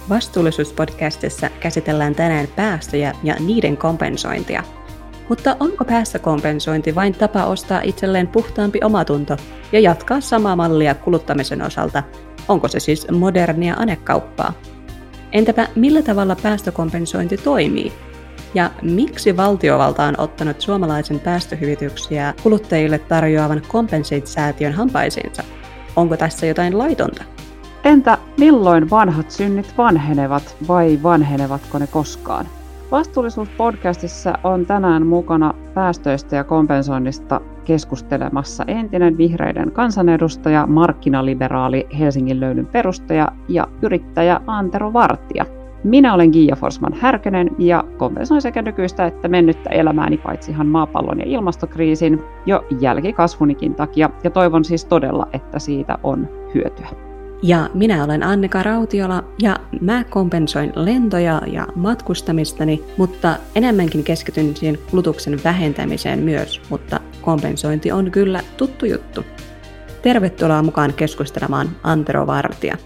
Vastuullisuuspodcastissa käsitellään tänään päästöjä ja niiden kompensointia. Mutta onko päästökompensointi vain tapa ostaa itselleen puhtaampi omatunto ja jatkaa samaa mallia kuluttamisen osalta? Onko se siis modernia anekauppaa? Entäpä millä tavalla päästökompensointi toimii? Ja miksi valtiovalta on ottanut suomalaisen päästöhyvityksiä kuluttajille tarjoavan Compensate-säätiön hampaisiinsa? Onko tässä jotain laitonta? Entä milloin vanhat synnit vanhenevat vai vanhenevatko ne koskaan? Vastuullisuuspodcastissa on tänään mukana päästöistä ja kompensoinnista keskustelemassa entinen vihreiden kansanedustaja, markkinaliberaali, Helsingin Löylyn perustaja ja yrittäjä Antero Vartija. Minä olen Gia Forsman-Härkönen ja kompensoin sekä nykyistä että mennyttä elämääni paitsi ihan maapallon ja ilmastokriisin jo jälkikasvunikin takia ja toivon siis todella, että siitä on hyötyä. Ja minä olen Annika Rautiola ja mä kompensoin lentoja ja matkustamistani, mutta enemmänkin keskityn siihen kulutuksen vähentämiseen myös, mutta kompensointi on kyllä tuttu juttu. Tervetuloa mukaan keskustelemaan Antero Vartija.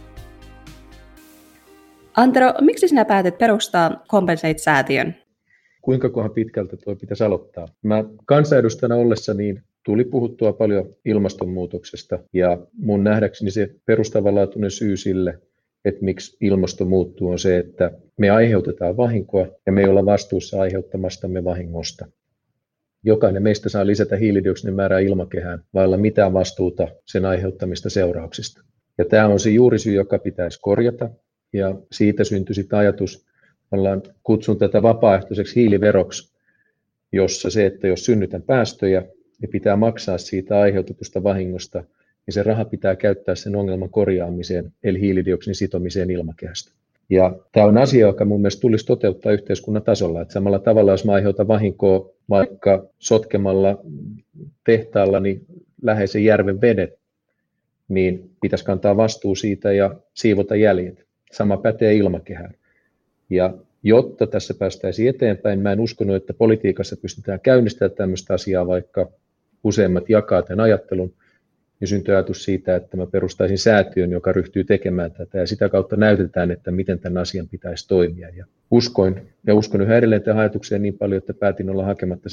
Antero, miksi sinä päätit perustaa Compensate-säätiön? Kuinka pitkältä tuo pitäisi aloittaa? Mä kansanedustajana ollessa niin tuli puhuttua paljon ilmastonmuutoksesta ja mun nähdäkseni se perustavanlaatuinen syy sille, että miksi ilmasto muuttuu, on se, että me aiheutetaan vahinkoa ja me ei olla vastuussa aiheuttamastamme vahingosta. Jokainen meistä saa lisätä hiilidioksidin määrää ilmakehään vailla mitään vastuuta sen aiheuttamista seurauksista. Ja tämä on se juurisyy, joka pitäisi korjata ja siitä syntyi sitten ajatus, kutsun tätä vapaaehtoiseksi hiiliveroksi, jossa se, että jos synnytän päästöjä, niin pitää maksaa siitä aiheutetusta vahingosta, niin se raha pitää käyttää sen ongelman korjaamiseen, eli hiilidioksidin sitomiseen ilmakehästä. Ja tämä on asia, joka mun mielestä tulisi toteuttaa yhteiskunnan tasolla, että samalla tavalla, jos mä aiheutan vahinkoa vaikka sotkemalla tehtaallani läheisen järven vedet, niin pitäisi kantaa vastuu siitä ja siivota jäljet. Sama pätee ilmakehään. Ja jotta tässä päästäisiin eteenpäin, mä en uskonut, että politiikassa pystytään käynnistämään tämmöistä asiaa, vaikka useimmat jakaa tämän ajattelun, niin syntyi ajatus siitä, että mä perustaisin säätiön, joka ryhtyy tekemään tätä, ja sitä kautta näytetään, että miten tämän asian pitäisi toimia. Ja uskon yhä edelleen tähän ajatukseen niin paljon, että päätin olla hakematta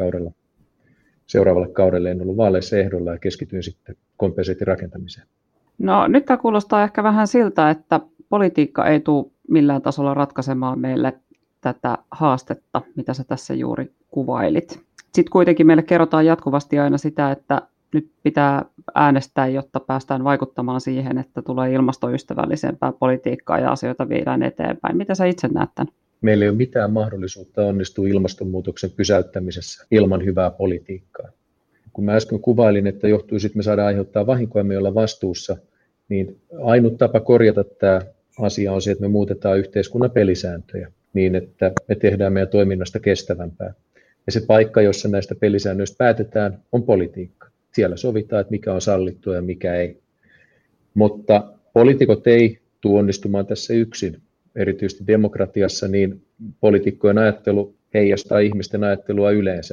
seuraavalle kaudelle. En ollut vaaleissa ehdolla ja keskityin sitten Compensaten rakentamiseen. No nyt tämä kuulostaa ehkä vähän siltä, että politiikka ei tule millään tasolla ratkaisemaan meille tätä haastetta, mitä sä tässä juuri kuvailit. Sitten kuitenkin meille kerrotaan jatkuvasti aina sitä, että nyt pitää äänestää, jotta päästään vaikuttamaan siihen, että tulee ilmastoystävällisempää politiikkaa ja asioita viedään eteenpäin. Mitä sä itse näet tämän? Meillä ei ole mitään mahdollisuutta onnistua ilmastonmuutoksen pysäyttämisessä ilman hyvää politiikkaa. Kun mä äsken kuvailin, että johtuu sitten me saadaan aiheuttaa vahinkoa, me olla vastuussa, niin ainut tapa korjata tämä asia on se, että me muutetaan yhteiskunnan pelisääntöjä niin, että me tehdään meidän toiminnasta kestävämpää. Ja se paikka, jossa näistä pelisäännöistä päätetään, on politiikka. Siellä sovitaan, että mikä on sallittua ja mikä ei. Mutta poliitikot ei tule onnistumaan tässä yksin. Erityisesti demokratiassa niin poliitikkojen ajattelu heijastaa ihmisten ajattelua yleensä.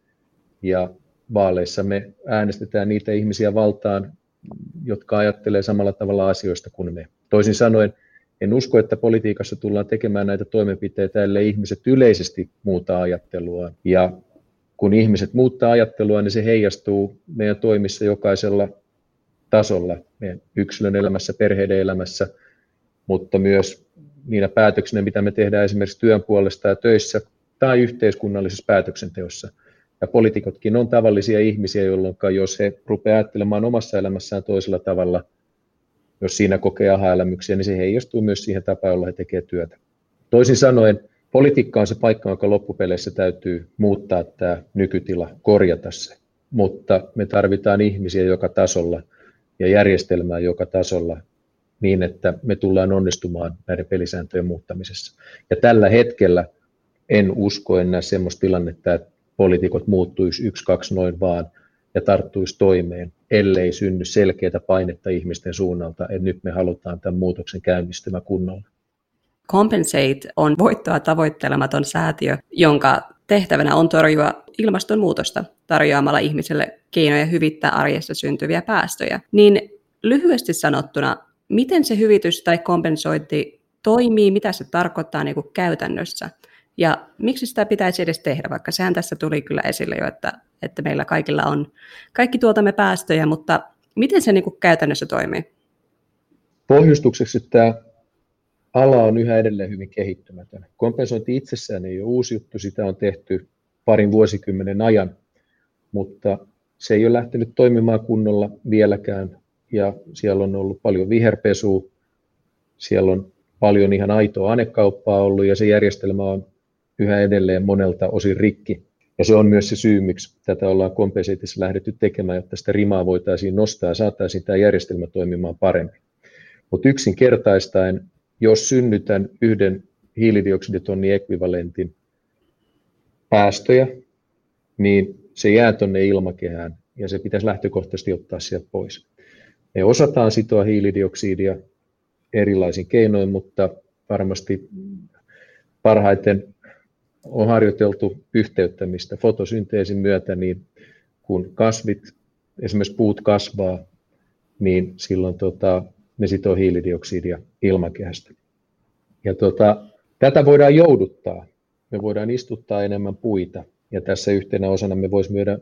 Ja vaaleissa me äänestetään niitä ihmisiä valtaan, jotka ajattelee samalla tavalla asioista kuin me. Toisin sanoen, en usko, että politiikassa tullaan tekemään näitä toimenpiteitä, ellei ihmiset yleisesti muuta ajatteluaan. Ja kun ihmiset muuttaa ajattelua, niin se heijastuu meidän toimissa jokaisella tasolla, meidän yksilön elämässä, perheiden elämässä, mutta myös niinä päätöksinä, mitä me tehdään esimerkiksi työn puolesta ja töissä tai yhteiskunnallisessa päätöksenteossa. Ja poliitikotkin on tavallisia ihmisiä, jolloin jos he rupeavat ajattelemaan omassa elämässään toisella tavalla, jos siinä kokee aha-elämyksiä, niin se heijastuu myös siihen tapaan, jolla he tekevät työtä. Toisin sanoen, politiikka on se paikka, jonka loppupeleissä täytyy muuttaa tämä nykytila, korjata se. Mutta me tarvitaan ihmisiä joka tasolla ja järjestelmää joka tasolla niin, että me tullaan onnistumaan näiden pelisääntöjen muuttamisessa. Ja tällä hetkellä en usko enää sellaista tilannetta, että poliitikot muuttuisi 1-2 noin vaan ja tarttuisi toimeen, ellei synny selkeää painetta ihmisten suunnalta, että nyt me halutaan tämän muutoksen käynnistymä kunnolla. Compensate on voittoa tavoittelematon säätiö, jonka tehtävänä on torjua ilmastonmuutosta tarjoamalla ihmisille keinoja hyvittää arjessa syntyviä päästöjä. Niin lyhyesti sanottuna, miten se hyvitys tai kompensointi toimii, mitä se tarkoittaa niin kuin käytännössä ja miksi sitä pitäisi edes tehdä, vaikka sehän tässä tuli kyllä esille jo, että meillä kaikilla on, kaikki tuotamme päästöjä, mutta miten se niin kuin käytännössä toimii? Pohjustukseksi tämä ala on yhä edelleen hyvin kehittymätön. Kompensointi itsessään ei ole uusi juttu, sitä on tehty parin vuosikymmenen ajan, mutta se ei ole lähtenyt toimimaan kunnolla vieläkään ja siellä on ollut paljon viherpesua, siellä on paljon ihan aitoa ainekauppaa ollut ja se järjestelmä on yhä edelleen monelta osin rikki. Ja se on myös se syy, miksi tätä ollaan Compensateissa lähdetty tekemään, jotta sitä rimaa voitaisiin nostaa ja saataisiin tämä järjestelmä toimimaan paremmin. Mutta yksinkertaistaen, jos synnytän yhden hiilidioksiditonnin ekvivalentin päästöjä, niin se jää tuonne ilmakehään ja se pitäisi lähtökohtaisesti ottaa sieltä pois. Me osataan sitoa hiilidioksidia erilaisin keinoin, mutta varmasti parhaiten on harjoiteltu yhteyttämistä fotosynteesin myötä, niin kun kasvit, esimerkiksi puut kasvaa, niin silloin ne sitoo hiilidioksidia ilmakehästä. Ja tätä voidaan jouduttaa. Me voidaan istuttaa enemmän puita. Ja tässä yhtenä osana me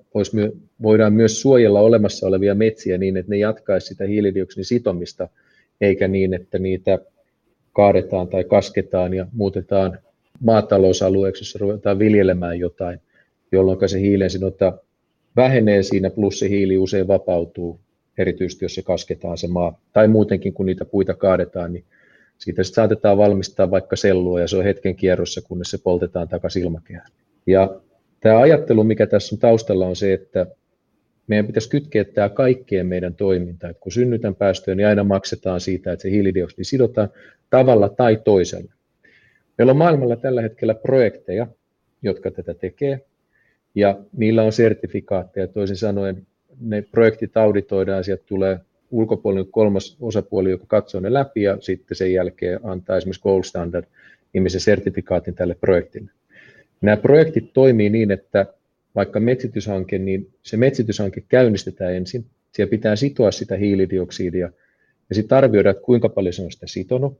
voidaan myös suojella olemassa olevia metsiä niin, että ne jatkaisi sitä hiilidioksidin sitomista, eikä niin, että niitä kaadetaan tai kasketaan ja muutetaan maatalousalueeksi, jossa ruvetaan viljelemään jotain, jolloin se hiilensidonta vähenee siinä, plus se hiili usein vapautuu, erityisesti jos se kasketaan se maa. Tai muutenkin, kun niitä puita kaadetaan, niin siitä saatetaan valmistaa vaikka sellua, ja se on hetken kierrossa, kunnes se poltetaan takaisin ilmakehään. Ja tämä ajattelu, mikä tässä on taustalla, on se, että meidän pitäisi kytkeä tämä kaikkeen meidän toimintaan. Että kun synnytän päästöjä, niin aina maksetaan siitä, että se hiilidioksidi sidotaan tavalla tai toisella. Meillä on maailmalla tällä hetkellä projekteja, jotka tätä tekee, ja niillä on sertifikaatteja. Toisin sanoen ne projektit auditoidaan, sieltä tulee ulkopuolinen kolmas osapuoli, joka katsoo ne läpi, ja sitten sen jälkeen antaa esimerkiksi Gold Standard-nimisen sertifikaatin tälle projektille. Nämä projektit toimii niin, että vaikka metsityshanke, niin se metsityshanke käynnistetään ensin. Siellä pitää sitoa sitä hiilidioksidia ja sitten arvioida, että kuinka paljon se on sitä sitonut.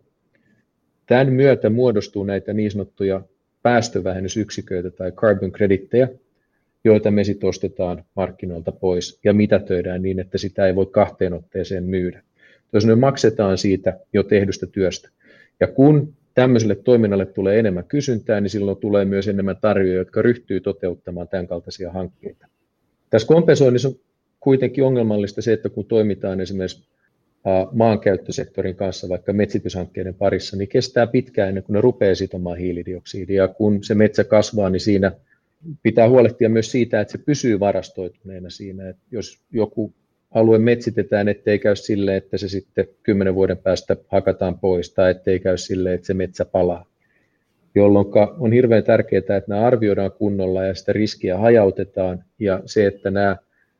Tämän myötä muodostuu näitä niin sanottuja päästövähennysyksiköitä tai carbon creditteja, joita me sitten ostetaan markkinoilta pois ja mitätöidään niin, että sitä ei voi kahteen otteeseen myydä. Toisin maksetaan siitä jo tehdystä työstä. Ja kun tämmöiselle toiminnalle tulee enemmän kysyntää, niin silloin tulee myös enemmän tarjoajia, jotka ryhtyy toteuttamaan tämän kaltaisia hankkeita. Tässä kompensoinnissa on kuitenkin ongelmallista se, että kun toimitaan esimerkiksi maankäyttösektorin kanssa, vaikka metsityshankkeiden parissa, niin kestää pitkään ennen kuin ne rupeaa sitomaan hiilidioksidia. Ja kun se metsä kasvaa, niin siinä pitää huolehtia myös siitä, että se pysyy varastoituneena siinä. Että jos joku alue metsitetään, ettei käy silleen, että se sitten 10 vuoden päästä hakataan pois, tai ettei käy silleen, että se metsä palaa. Jolloin on hirveän tärkeää, että nämä arvioidaan kunnolla ja sitä riskiä hajautetaan, ja se, että nämä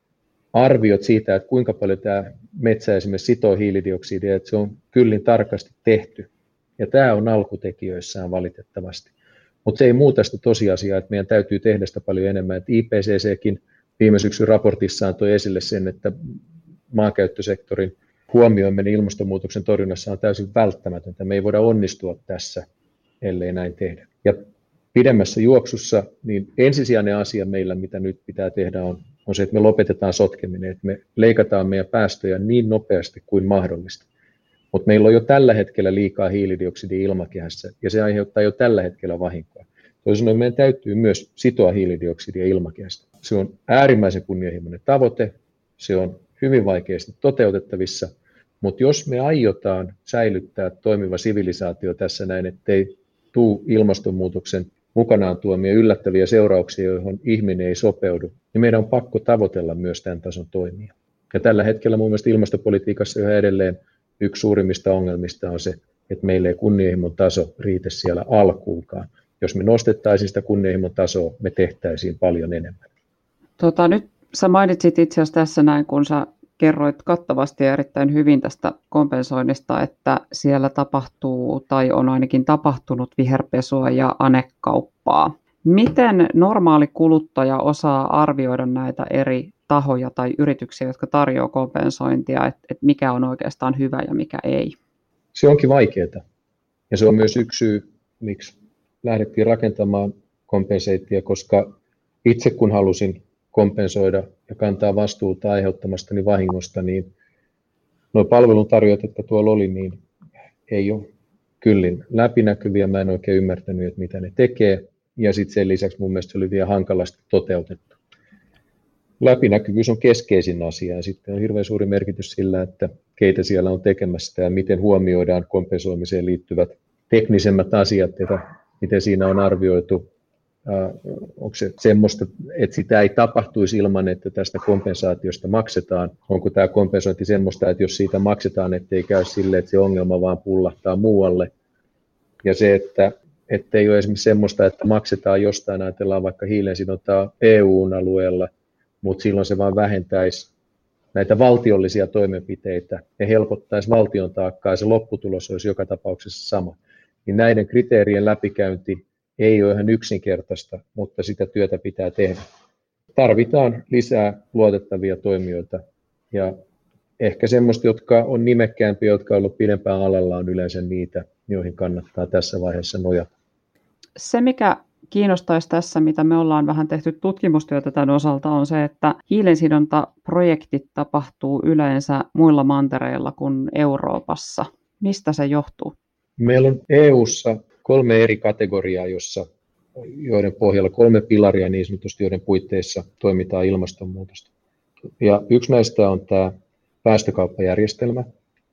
arviot siitä, että kuinka paljon tämä metsä esimerkiksi sitoo hiilidioksidia, että se on kyllin tarkasti tehty. Ja tämä on alkutekijöissään valitettavasti. Mutta se ei muuta sitä tosiasiaa, että meidän täytyy tehdä sitä paljon enemmän. Että IPCCkin viime syksyn raportissaan toi esille sen, että maankäyttösektorin huomioiminen ilmastonmuutoksen torjunnassa on täysin välttämätöntä. Me ei voida onnistua tässä, ellei näin tehdä. Ja pidemmässä juoksussa niin ensisijainen asia meillä, mitä nyt pitää tehdä, on se, että me lopetetaan sotkeminen, että me leikataan meidän päästöjä niin nopeasti kuin mahdollista. Mutta meillä on jo tällä hetkellä liikaa hiilidioksidia ilmakehässä, ja se aiheuttaa jo tällä hetkellä vahinkoa. Toisin sanoen meidän täytyy myös sitoa hiilidioksidia ilmakehästä. Se on äärimmäisen kunnianhimoinen tavoite, se on hyvin vaikeasti toteutettavissa, mutta jos me aiotaan säilyttää toimiva sivilisaatio tässä näin, ettei tule ilmastonmuutoksen mukanaan tuomia yllättäviä seurauksia, joihin ihminen ei sopeudu, niin meidän on pakko tavoitella myös tämän tason toimia. Ja tällä hetkellä mun mielestä ilmastopolitiikassa yhä edelleen yksi suurimmista ongelmista on se, että meillä ei kunnianhimon taso riitä siellä alkuunkaan. Jos me nostettaisiin sitä kunnianhimon tasoa, me tehtäisiin paljon enemmän. Nyt sä mainitsit itse asiassa tässä näin, kun sä kerroit kattavasti ja erittäin hyvin tästä kompensoinnista, että siellä tapahtuu tai on ainakin tapahtunut viherpesua ja anekauppaa. Miten normaali kuluttaja osaa arvioida näitä eri tahoja tai yrityksiä, jotka tarjoaa kompensointia, että mikä on oikeastaan hyvä ja mikä ei? Se onkin vaikeaa. Ja se on myös yksi syy, miksi lähdettiin rakentamaan kompensaattia, koska itse kun halusin kompensoida ja kantaa vastuuta aiheuttamastani vahingosta, niin nuo palveluntarjoajat, jotka tuolla oli, niin ei ole kyllin läpinäkyviä. Mä en oikein ymmärtänyt, että mitä ne tekee. Ja sitten sen lisäksi mun mielestä se oli vielä hankalasti toteutettu. Läpinäkyvyys on keskeisin asia ja sitten on hirveän suuri merkitys sillä, että keitä siellä on tekemässä ja miten huomioidaan kompensoimiseen liittyvät teknisemmät asiat, miten siinä on arvioitu. Onko se semmoista, että sitä ei tapahtuisi ilman, että tästä kompensaatiosta maksetaan? Onko tämä kompensointi semmoista, että jos siitä maksetaan, ettei käy sille, että se ongelma vaan pullahtaa muualle? Ja se, että ei ole esimerkiksi semmoista, että maksetaan jostain, ajatellaan vaikka hiilensidontaa EU-alueella, mutta silloin se vaan vähentäisi näitä valtiollisia toimenpiteitä ja helpottaisi valtion taakkaa ja se lopputulos olisi joka tapauksessa sama. Niin näiden kriteerien läpikäynti ei ole ihan yksinkertaista, mutta sitä työtä pitää tehdä. Tarvitaan lisää luotettavia toimijoita ja ehkä semmoista, jotka on nimekkäämpiä, jotka ovat olleet pidempään alalla, on yleensä niitä, joihin kannattaa tässä vaiheessa nojata. Se, mikä kiinnostaisi tässä, mitä me ollaan vähän tehty tutkimustyötä tämän osalta, on se, että hiilensidontaprojektit tapahtuu yleensä muilla mantereilla kuin Euroopassa. Mistä se johtuu? Meillä on EU:ssa 3 eri kategoriaa, joiden pohjalla 3 pilaria niin sanotusti, joiden puitteissa toimitaan ilmastonmuutosta. Ja yksi näistä on tämä päästökauppajärjestelmä.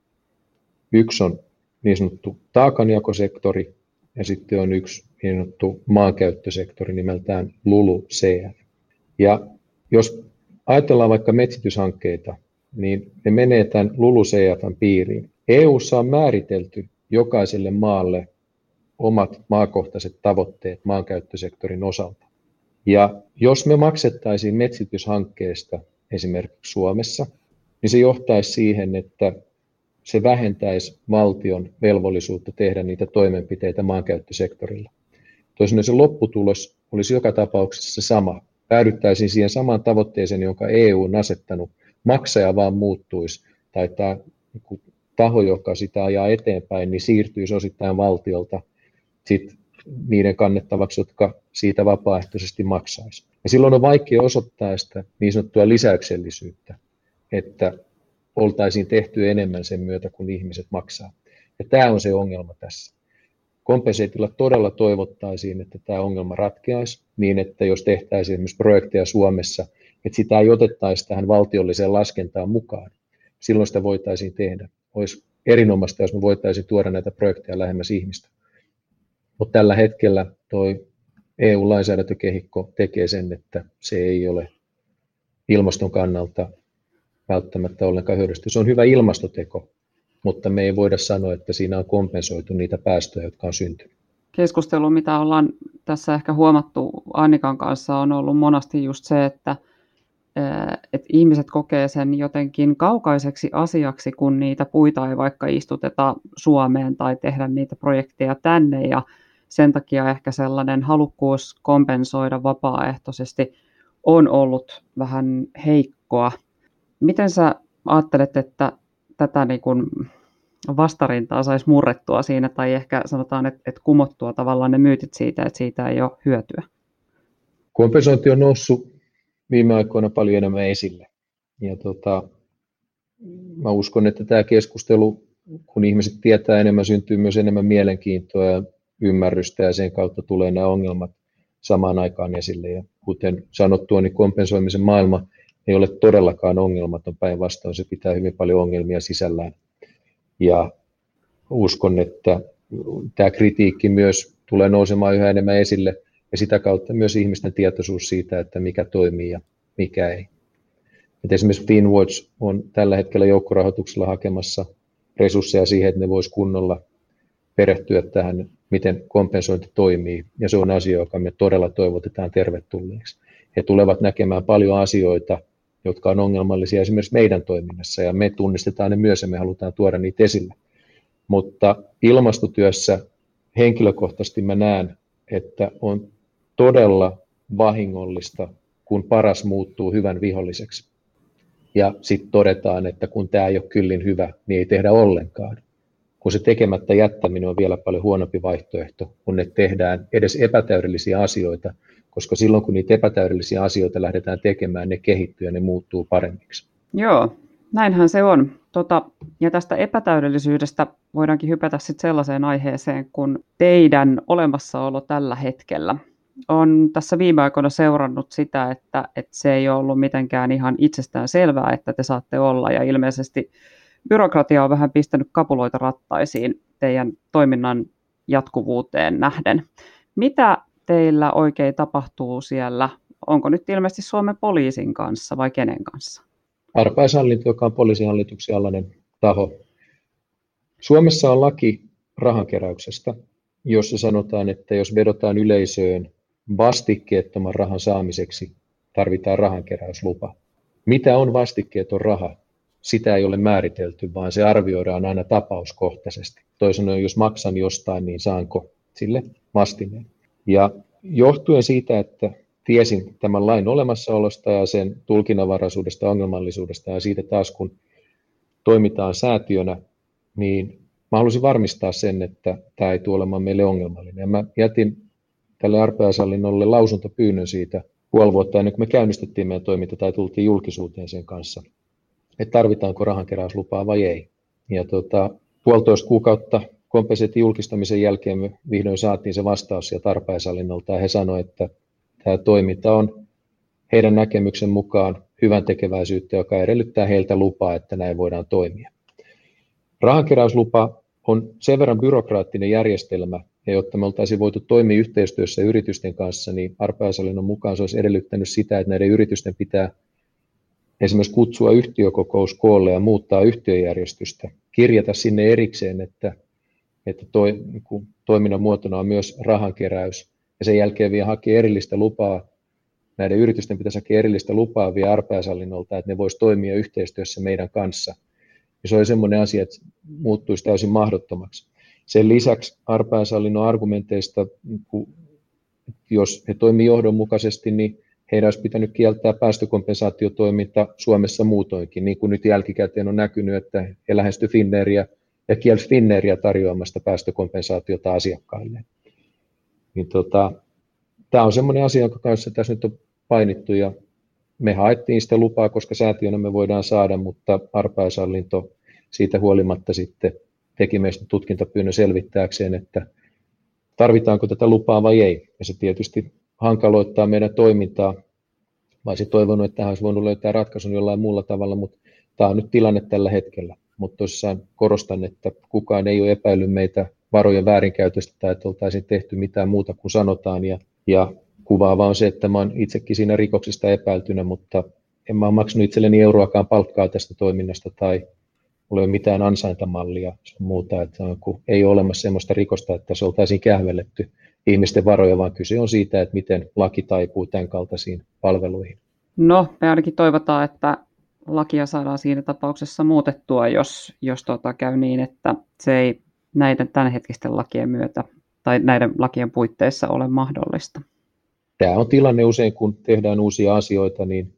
Yksi on niin sanottu taakanjakosektori ja sitten on yksi niin sanottu maankäyttösektori nimeltään LULUCF. Ja jos ajatellaan vaikka metsityshankkeita, niin ne menee tämän LULUCF:n piiriin. EU:ssa on määritelty jokaiselle maalle omat maakohtaiset tavoitteet maankäyttösektorin osalta. Ja jos me maksettaisiin metsityshankkeesta esimerkiksi Suomessa, niin se johtaisi siihen, että se vähentäisi valtion velvollisuutta tehdä niitä toimenpiteitä maankäyttösektorilla. Toisin se lopputulos olisi joka tapauksessa sama. Päädyttäisiin siihen samaan tavoitteeseen, jonka EU on asettanut. Maksaja vaan muuttuisi, tai tämä taho, joka sitä ajaa eteenpäin, niin siirtyisi osittain valtiolta sit niiden kannettavaksi, jotka siitä vapaaehtoisesti maksaisi. Ja silloin on vaikea osoittaa sitä niin sanottua lisäyksellisyyttä, että oltaisiin tehty enemmän sen myötä, kun ihmiset maksaa. Ja tämä on se ongelma tässä. Kompensaatilla todella toivottaisiin, että tämä ongelma ratkeaisi niin, että jos tehtäisiin esimerkiksi projekteja Suomessa, että sitä ei otettaisi tähän valtiolliseen laskentaan mukaan. Silloin sitä voitaisiin tehdä. Olisi erinomaista, jos me voitaisiin tuoda näitä projekteja lähemmäs ihmistä. Mutta tällä hetkellä tuo EU-lainsäädäntökehikko tekee sen, että se ei ole ilmaston kannalta välttämättä ollenkaan hyödyllistä. Se on hyvä ilmastoteko, mutta me ei voida sanoa, että siinä on kompensoitu niitä päästöjä, jotka on syntynyt. Keskustelu, mitä ollaan tässä ehkä huomattu Annikan kanssa, on ollut monasti just se, että ihmiset kokee sen jotenkin kaukaiseksi asiaksi, kun niitä puita ei vaikka istuteta Suomeen tai tehdä niitä projekteja tänne, ja sen takia ehkä sellainen halukkuus kompensoida vapaaehtoisesti on ollut vähän heikkoa. Miten sä ajattelet, että tätä niin kuin vastarintaa saisi murrettua siinä, tai ehkä sanotaan, että kumottua tavallaan ne myytit siitä, että siitä ei ole hyötyä? Kompensointi on noussut viime aikoina paljon enemmän esille. Ja mä uskon, että tämä keskustelu, kun ihmiset tietää enemmän, syntyy myös enemmän mielenkiintoa ja ymmärrystä, ja sen kautta tulee nämä ongelmat samaan aikaan esille. Ja kuten sanottua, niin kompensoimisen maailma ei ole todellakaan ongelmaton, päinvastoin se pitää hyvin paljon ongelmia sisällään. Ja uskon, että tämä kritiikki myös tulee nousemaan yhä enemmän esille, ja sitä kautta myös ihmisten tietoisuus siitä, että mikä toimii ja mikä ei. Et esimerkiksi Finnwatch on tällä hetkellä joukkorahoituksella hakemassa resursseja siihen, että ne voisi kunnolla perehtyä tähän, miten kompensointi toimii, ja se on asia, joka me todella toivotetaan tervetulleeksi. He tulevat näkemään paljon asioita, jotka on ongelmallisia esimerkiksi meidän toiminnassa, ja me tunnistetaan ne myös, ja me halutaan tuoda niitä esille. Mutta ilmastotyössä henkilökohtaisesti mä näen, että on todella vahingollista, kun paras muuttuu hyvän viholliseksi. Ja sitten todetaan, että kun tämä ei ole kyllin hyvä, niin ei tehdä ollenkaan. kun se tekemättä jättäminen on vielä paljon huonompi vaihtoehto, kun ne tehdään edes epätäydellisiä asioita, koska silloin kun niitä epätäydellisiä asioita lähdetään tekemään, ne kehittyy ja ne muuttuu paremmiksi. Joo, näinhän se on. Ja tästä epätäydellisyydestä voidaankin hypätä sitten sellaiseen aiheeseen, kun teidän olemassaolo tällä hetkellä. Olen tässä viime aikoina seurannut sitä, että se ei ole ollut mitenkään ihan itsestään selvää, että te saatte olla, ja ilmeisesti byrokratia on vähän pistänyt kapuloita rattaisiin teidän toiminnan jatkuvuuteen nähden. Mitä teillä oikein tapahtuu siellä? Onko nyt ilmeisesti Suomen poliisin kanssa vai kenen kanssa? Arpajaishallinto, joka on poliisihallituksen alainen taho. Suomessa on laki rahankeräyksestä, jossa sanotaan, että jos vedotaan yleisöön vastikkeettoman rahan saamiseksi, tarvitaan rahankeräyslupa. Mitä on vastikkeeton raha? Sitä ei ole määritelty, vaan se arvioidaan aina tapauskohtaisesti. Toisin sanoen, jos maksan jostain, niin saanko sille vastineen. Ja johtuen siitä, että tiesin tämän lain olemassaolosta ja sen tulkinnanvaraisuudesta, ongelmallisuudesta ja siitä taas kun toimitaan säätiönä, niin mä halusin varmistaa sen, että tämä ei tule olemaan meille ongelmallinen. Ja mä jätin tälle arpajaishallinnolle lausuntopyynnön siitä puoli vuotta ennen kuin me käynnistettiin meidän toiminta tai tultiin julkisuuteen sen kanssa, että tarvitaanko rahankeräyslupaa vai ei. Ja 1,5 kuukautta kompenseetin julkistamisen jälkeen me vihdoin saatiin se vastaus sieltä arpajaishallinnolta ja he sanoivat, että tämä toiminta on heidän näkemyksen mukaan hyvän tekeväisyyttä, joka edellyttää heiltä lupaa, että näin voidaan toimia. Rahankeräyslupa on sen verran byrokraattinen järjestelmä, ja jotta me oltaisiin voitu toimia yhteistyössä yritysten kanssa, niin arpajaishallinnon mukaan se olisi edellyttänyt sitä, että näiden yritysten pitää esimerkiksi kutsua yhtiökokous koolle ja muuttaa yhtiöjärjestystä, kirjata sinne erikseen, että toiminnan muotona on myös rahankeräys, ja sen jälkeen vielä hakea erillistä lupaa, näiden yritysten pitäisi hakea erillistä lupaa vielä arpajaishallinnolta, että ne voisi toimia yhteistyössä meidän kanssa. Ja se oli semmoinen asia, että muuttuisi täysin mahdottomaksi. Sen lisäksi arpajaishallinnon argumenteista, jos he toimivat johdonmukaisesti, niin heidän olisi pitänyt kieltää päästökompensaatiotoiminta Suomessa muutoinkin, niin kuin nyt jälkikäteen on näkynyt, että he lähestyivät Finnairia ja kielsi Finnairia tarjoamasta päästökompensaatiota asiakkaille. Niin tämä on semmoinen asia, jonka kanssa tässä nyt on painittu, ja me haettiin sitä lupaa, koska säätiönä me voidaan saada, mutta arpajaishallinto siitä huolimatta sitten teki meistä tutkintapyynnön selvittääkseen, että tarvitaanko tätä lupaa vai ei. Ja se tietysti hankaloittaa meidän toimintaa. Mä olisin toivonut, että tähän olisi voinut löytää ratkaisun jollain muulla tavalla, mutta tämä on nyt tilanne tällä hetkellä. Mutta tosiaan korostan, että kukaan ei ole epäillyt meitä varojen väärinkäytöstä tai että oltaisiin tehty mitään muuta kuin sanotaan. Ja kuvaava on se, että mä olen itsekin siinä rikoksesta epäiltynä, mutta en mä ole maksanut itselleni euroakaan palkkaa tästä toiminnasta tai mulla ei ole mitään ansaintamallia muuta, että ei ole olemassa sellaista rikosta, että se oltaisiin kähvelletty ihmisten varoja, vaan kyse on siitä, että miten laki taipuu tämän kaltaisiin palveluihin. No, me ainakin toivotaan, että lakia saadaan siinä tapauksessa muutettua, jos käy niin, että se ei näiden tämänhetkisten lakien myötä tai näiden lakien puitteissa ole mahdollista. Tämä on tilanne usein, kun tehdään uusia asioita, niin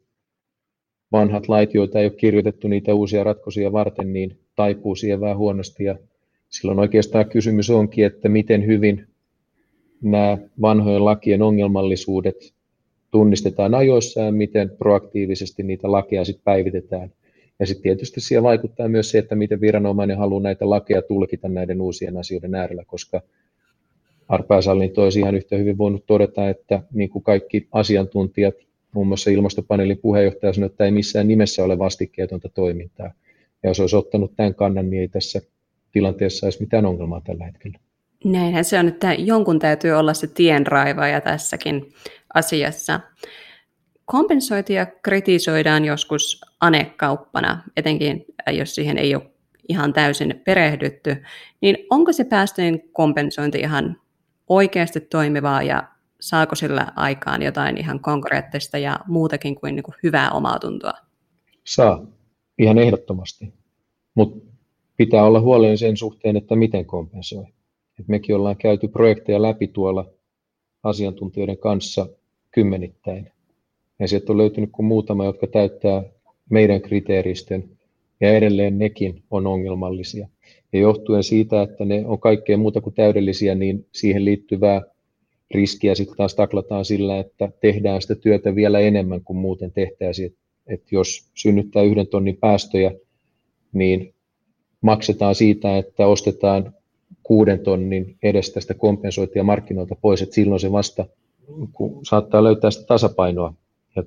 vanhat lait, joita ei ole kirjoitettu niitä uusia ratkaisuja varten, niin taipuu siihen vähän huonosti. Ja silloin oikeastaan kysymys onkin, että miten hyvin nämä vanhojen lakien ongelmallisuudet tunnistetaan ajoissa ja miten proaktiivisesti niitä lakeja sitten päivitetään. Ja sitten tietysti siihen vaikuttaa myös se, että miten viranomainen haluaa näitä lakeja tulkita näiden uusien asioiden äärellä, koska arpajaishallinto olisi ihan yhtä hyvin voinut todeta, että niin kuin kaikki asiantuntijat, muun muassa ilmastopaneelin puheenjohtaja sanoi, että ei missään nimessä ole vastikkeetonta toimintaa. Ja jos olisi ottanut tämän kannan, niin ei tässä tilanteessa olisi mitään ongelmaa tällä hetkellä. Näinhän se on, että jonkun täytyy olla se tienraivaaja tässäkin asiassa. Kompensointia kritisoidaan joskus anekauppana, etenkin jos siihen ei ole ihan täysin perehdytty. Niin onko se päästöjen kompensointi ihan oikeasti toimivaa ja saako sillä aikaan jotain ihan konkreettista ja muutakin kuin hyvää omaatuntoa? Saa, ihan ehdottomasti. Mutta pitää olla huolellinen sen suhteen, että miten kompensoi. Et mekin ollaan käyty projekteja läpi tuolla asiantuntijoiden kanssa kymmenittäin. Ja sieltä on löytynyt kuin muutama, jotka täyttää meidän kriteeristön, ja edelleen nekin on ongelmallisia. Ja johtuen siitä, että ne on kaikkea muuta kuin täydellisiä, niin siihen liittyvää riskiä sitten taas taklataan sillä, että tehdään sitä työtä vielä enemmän kuin muuten tehtäisiin. Että jos synnyttää 1 tonnin päästöjä, niin maksetaan siitä, että ostetaan 6 tonnin edestä sitä kompensointia markkinoilta pois, että silloin se vasta kun saattaa löytää sitä tasapainoa. Ja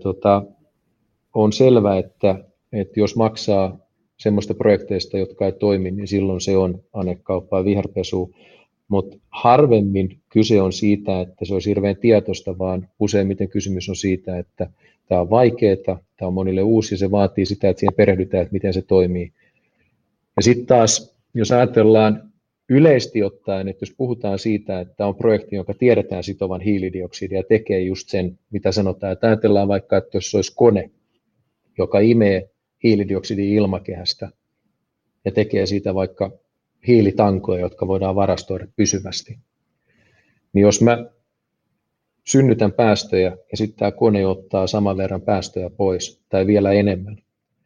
on selvä, että jos maksaa semmoista projekteista, jotka ei toimi, niin silloin se on anekauppaa ja viherpesua. Mutta harvemmin kyse on siitä, että se olisi hirveän tietoista, vaan useimmiten kysymys on siitä, että tämä on vaikeaa, tämä on monille uusi, se vaatii sitä, että siihen perehdytään, että miten se toimii. Ja sitten taas, jos ajatellaan yleisesti ottaen, että jos puhutaan siitä, että on projekti, jonka tiedetään sitovan hiilidioksidia ja tekee just sen, mitä sanotaan, että ajatellaan vaikka, että jos olisi kone, joka imee hiilidioksidia ilmakehästä ja tekee siitä vaikka hiilitankoja, jotka voidaan varastoida pysyvästi, niin jos mä synnytän päästöjä ja sitten tämä kone ottaa saman verran päästöjä pois tai vielä enemmän,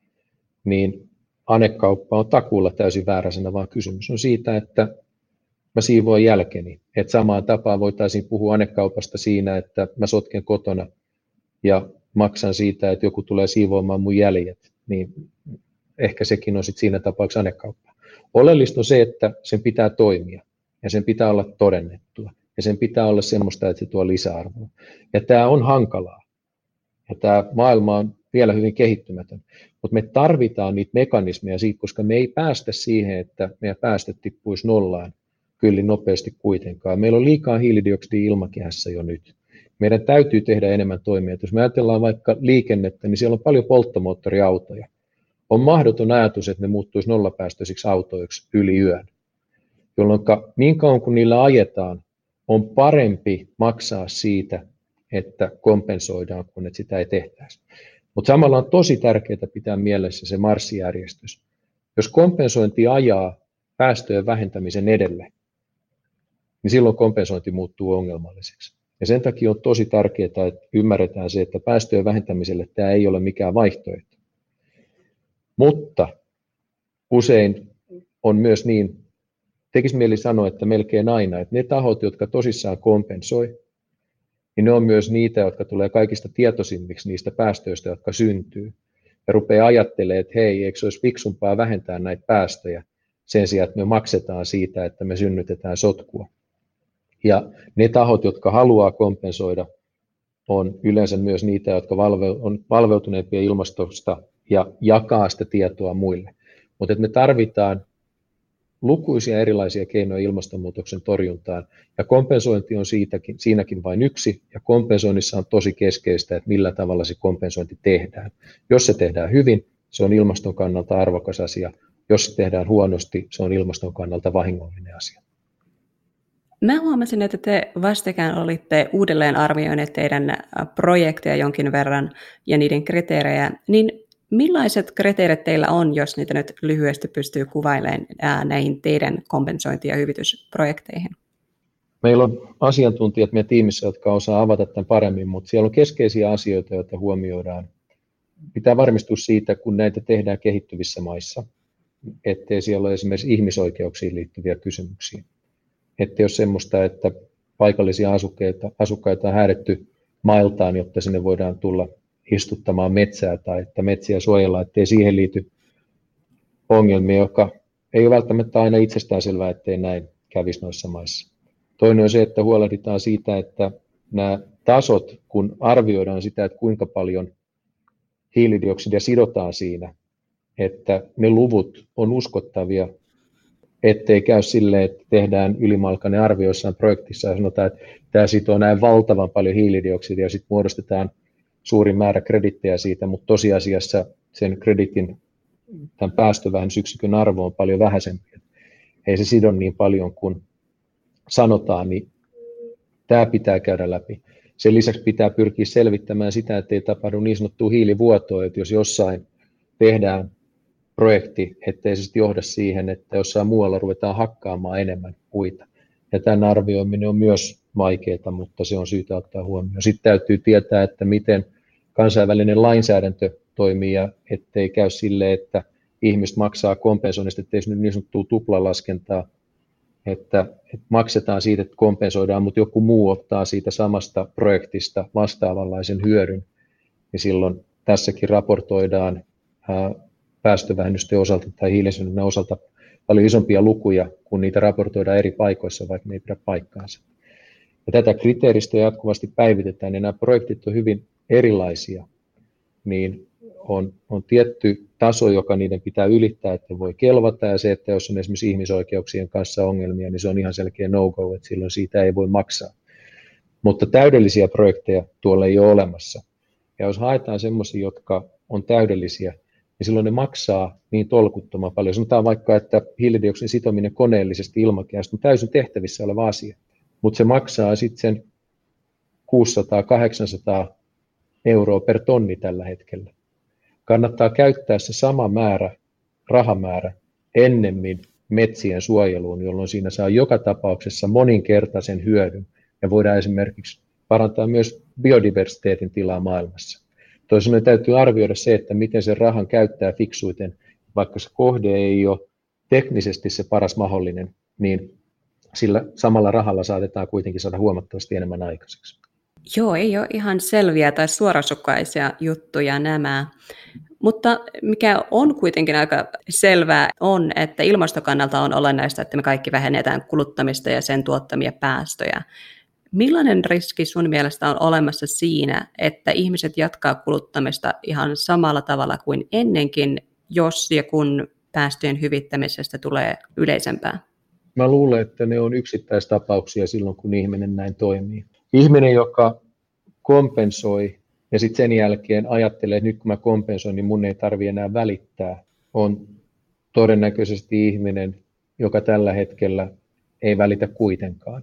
niin anekauppa on takuulla täysin vääräisenä, vaan kysymys on siitä, että mä siivoan jälkeni. Että samaan tapaan voitaisiin puhua anekaupasta siinä, että mä sotken kotona ja maksan siitä, että joku tulee siivoamaan mun jäljet, niin ehkä sekin on sitten siinä tapauksessa anekauppa. Oleellista on se, että sen pitää toimia ja sen pitää olla todennettua ja sen pitää olla semmoista, että se tuo lisäarvoa. Ja tämä on hankalaa ja tämä maailma on vielä hyvin kehittymätön, mutta me tarvitaan niitä mekanismeja siitä, koska me ei päästä siihen, että meidän päästöt tippuisi nollaan kyllin nopeasti kuitenkaan. Meillä on liikaa hiilidioksidia ilmakehässä jo nyt. Meidän täytyy tehdä enemmän toimia. Jos me ajatellaan vaikka liikennettä, niin siellä on paljon polttomoottoriautoja. On mahdoton ajatus, että ne muuttuisi nollapäästöisiksi autoiksi yli yön, jolloin niin kauan kuin niillä ajetaan, on parempi maksaa siitä, että kompensoidaan, kun että sitä ei tehtäisi. Mutta samalla on tosi tärkeää pitää mielessä se marssijärjestys. Jos kompensointi ajaa päästöjen vähentämisen edelle, niin silloin kompensointi muuttuu ongelmalliseksi. Ja sen takia on tosi tärkeää, että ymmärretään se, että päästöjen vähentämiselle tämä ei ole mikään vaihtoehto. Mutta usein on myös niin, tekisi mieli sanoa, että melkein aina, että ne tahot, jotka tosissaan kompensoi, niin ne on myös niitä, jotka tulee kaikista tietoisimmiksi niistä päästöistä, jotka syntyy. Ja rupeaa ajattelemaan, että hei, eikö se olisi fiksumpaa vähentää näitä päästöjä sen sijaan, että me maksetaan siitä, että me synnytetään sotkua. Ja ne tahot, jotka haluaa kompensoida, on yleensä myös niitä, jotka on valveutuneempia ilmastosta ja jakaa sitä tietoa muille. Mutta me tarvitaan lukuisia erilaisia keinoja ilmastonmuutoksen torjuntaan, ja kompensointi on siinäkin vain yksi, ja kompensoinnissa on tosi keskeistä, että millä tavalla se kompensointi tehdään. Jos se tehdään hyvin, se on ilmaston kannalta arvokas asia. Jos se tehdään huonosti, se on ilmaston kannalta vahingollinen asia. Mä huomasin, että te vastikään olitte uudelleen arvioineet teidän projekteja jonkin verran ja niiden kriteerejä, niin millaiset kriteerit teillä on, jos niitä nyt lyhyesti pystyy kuvailemaan näihin teidän kompensointi- ja hyvitysprojekteihin? Meillä on asiantuntijat meidän tiimissä, jotka osaa avata tämän paremmin, mutta siellä on keskeisiä asioita, joita huomioidaan. Pitää varmistua siitä, kun näitä tehdään kehittyvissä maissa, ettei siellä ole esimerkiksi ihmisoikeuksiin liittyviä kysymyksiä. Ettei ole semmoista, että paikallisia asukkaita on häädetty mailtaan, jotta sinne voidaan tulla istuttamaan metsää tai että metsiä suojellaan, ettei siihen liity ongelmia, joka ei ole välttämättä aina itsestäänselvää, ettei näin kävisi noissa maissa. Toinen on se, että huolehditaan siitä, että nämä tasot, kun arvioidaan sitä, että kuinka paljon hiilidioksidia sidotaan siinä, että ne luvut on uskottavia, ettei käy silleen, että tehdään ylimalkainen arvio jossain projektissa ja sanotaan, että tämä sitoo näin valtavan paljon hiilidioksidia ja sitten muodostetaan suuri määrä kredittejä siitä, mutta tosiasiassa sen kreditin, tämän päästövähennysyksikön arvo on paljon vähäisempi. Ei se sido niin paljon kuin sanotaan, niin tämä pitää käydä läpi. Sen lisäksi pitää pyrkiä selvittämään sitä, että ei tapahdu niin sanottua hiilivuotoa, että jos jossain tehdään projekti, ettei se sitten johda siihen, että jossain muualla ruvetaan hakkaamaan enemmän puita. Ja tämän arvioiminen on myös vaikeaa, mutta se on syytä ottaa huomioon. Sitten täytyy tietää, että miten kansainvälinen lainsäädäntö toimii ja ettei käy silleen, että ihmistä maksaa kompensoinnista, ettei se nyt niin sanottua tuplalaskentaa, että maksetaan siitä, että kompensoidaan, mutta joku muu ottaa siitä samasta projektista vastaavanlaisen hyödyn, niin silloin tässäkin raportoidaan päästövähennysten osalta tai hiilisynnyn osalta paljon isompia lukuja, kun niitä raportoidaan eri paikoissa, vaikka ne ei pidä paikkaansa. Ja tätä kriteeristöä jatkuvasti päivitetään, ja nämä projektit on hyvin erilaisia, niin on tietty taso, joka niiden pitää ylittää, että voi kelvata, ja se, että jos on esimerkiksi ihmisoikeuksien kanssa ongelmia, niin se on ihan selkeä no-go, että silloin siitä ei voi maksaa. Mutta täydellisiä projekteja tuolla ei ole olemassa. Ja jos haetaan semmoisia, jotka on täydellisiä, niin silloin ne maksaa niin tolkuttoman paljon. Sanotaan vaikka, että hiilidioksidin sitominen koneellisesti ilmakehästä on täysin tehtävissä oleva asia, mutta se maksaa sitten sen 600-800 euroa per tonni tällä hetkellä. Kannattaa käyttää se sama rahamäärä ennemmin metsien suojeluun, jolloin siinä saa joka tapauksessa moninkertaisen hyödyn ja voidaan esimerkiksi parantaa myös biodiversiteetin tilaa maailmassa. Toisaalta täytyy arvioida se, että miten sen rahan käyttää fiksuiten, vaikka se kohde ei ole teknisesti se paras mahdollinen, niin sillä samalla rahalla saatetaan kuitenkin saada huomattavasti enemmän aikaiseksi. Joo, ei ole ihan selviä tai suorasukkaisia juttuja nämä. Mutta mikä on kuitenkin aika selvää on, että ilmastokannalta on olennaista, että me kaikki vähennetään kuluttamista ja sen tuottamia päästöjä. Millainen riski sun mielestä on olemassa siinä, että ihmiset jatkaa kuluttamista ihan samalla tavalla kuin ennenkin, jos ja kun päästöjen hyvittämisestä tulee yleisempää? Mä luulen, että ne on yksittäistapauksia silloin, kun ihminen näin toimii. Ihminen, joka kompensoi ja sitten sen jälkeen ajattelee, että nyt kun mä kompensoin, niin mun ei tarvitse enää välittää, on todennäköisesti ihminen, joka tällä hetkellä ei välitä kuitenkaan.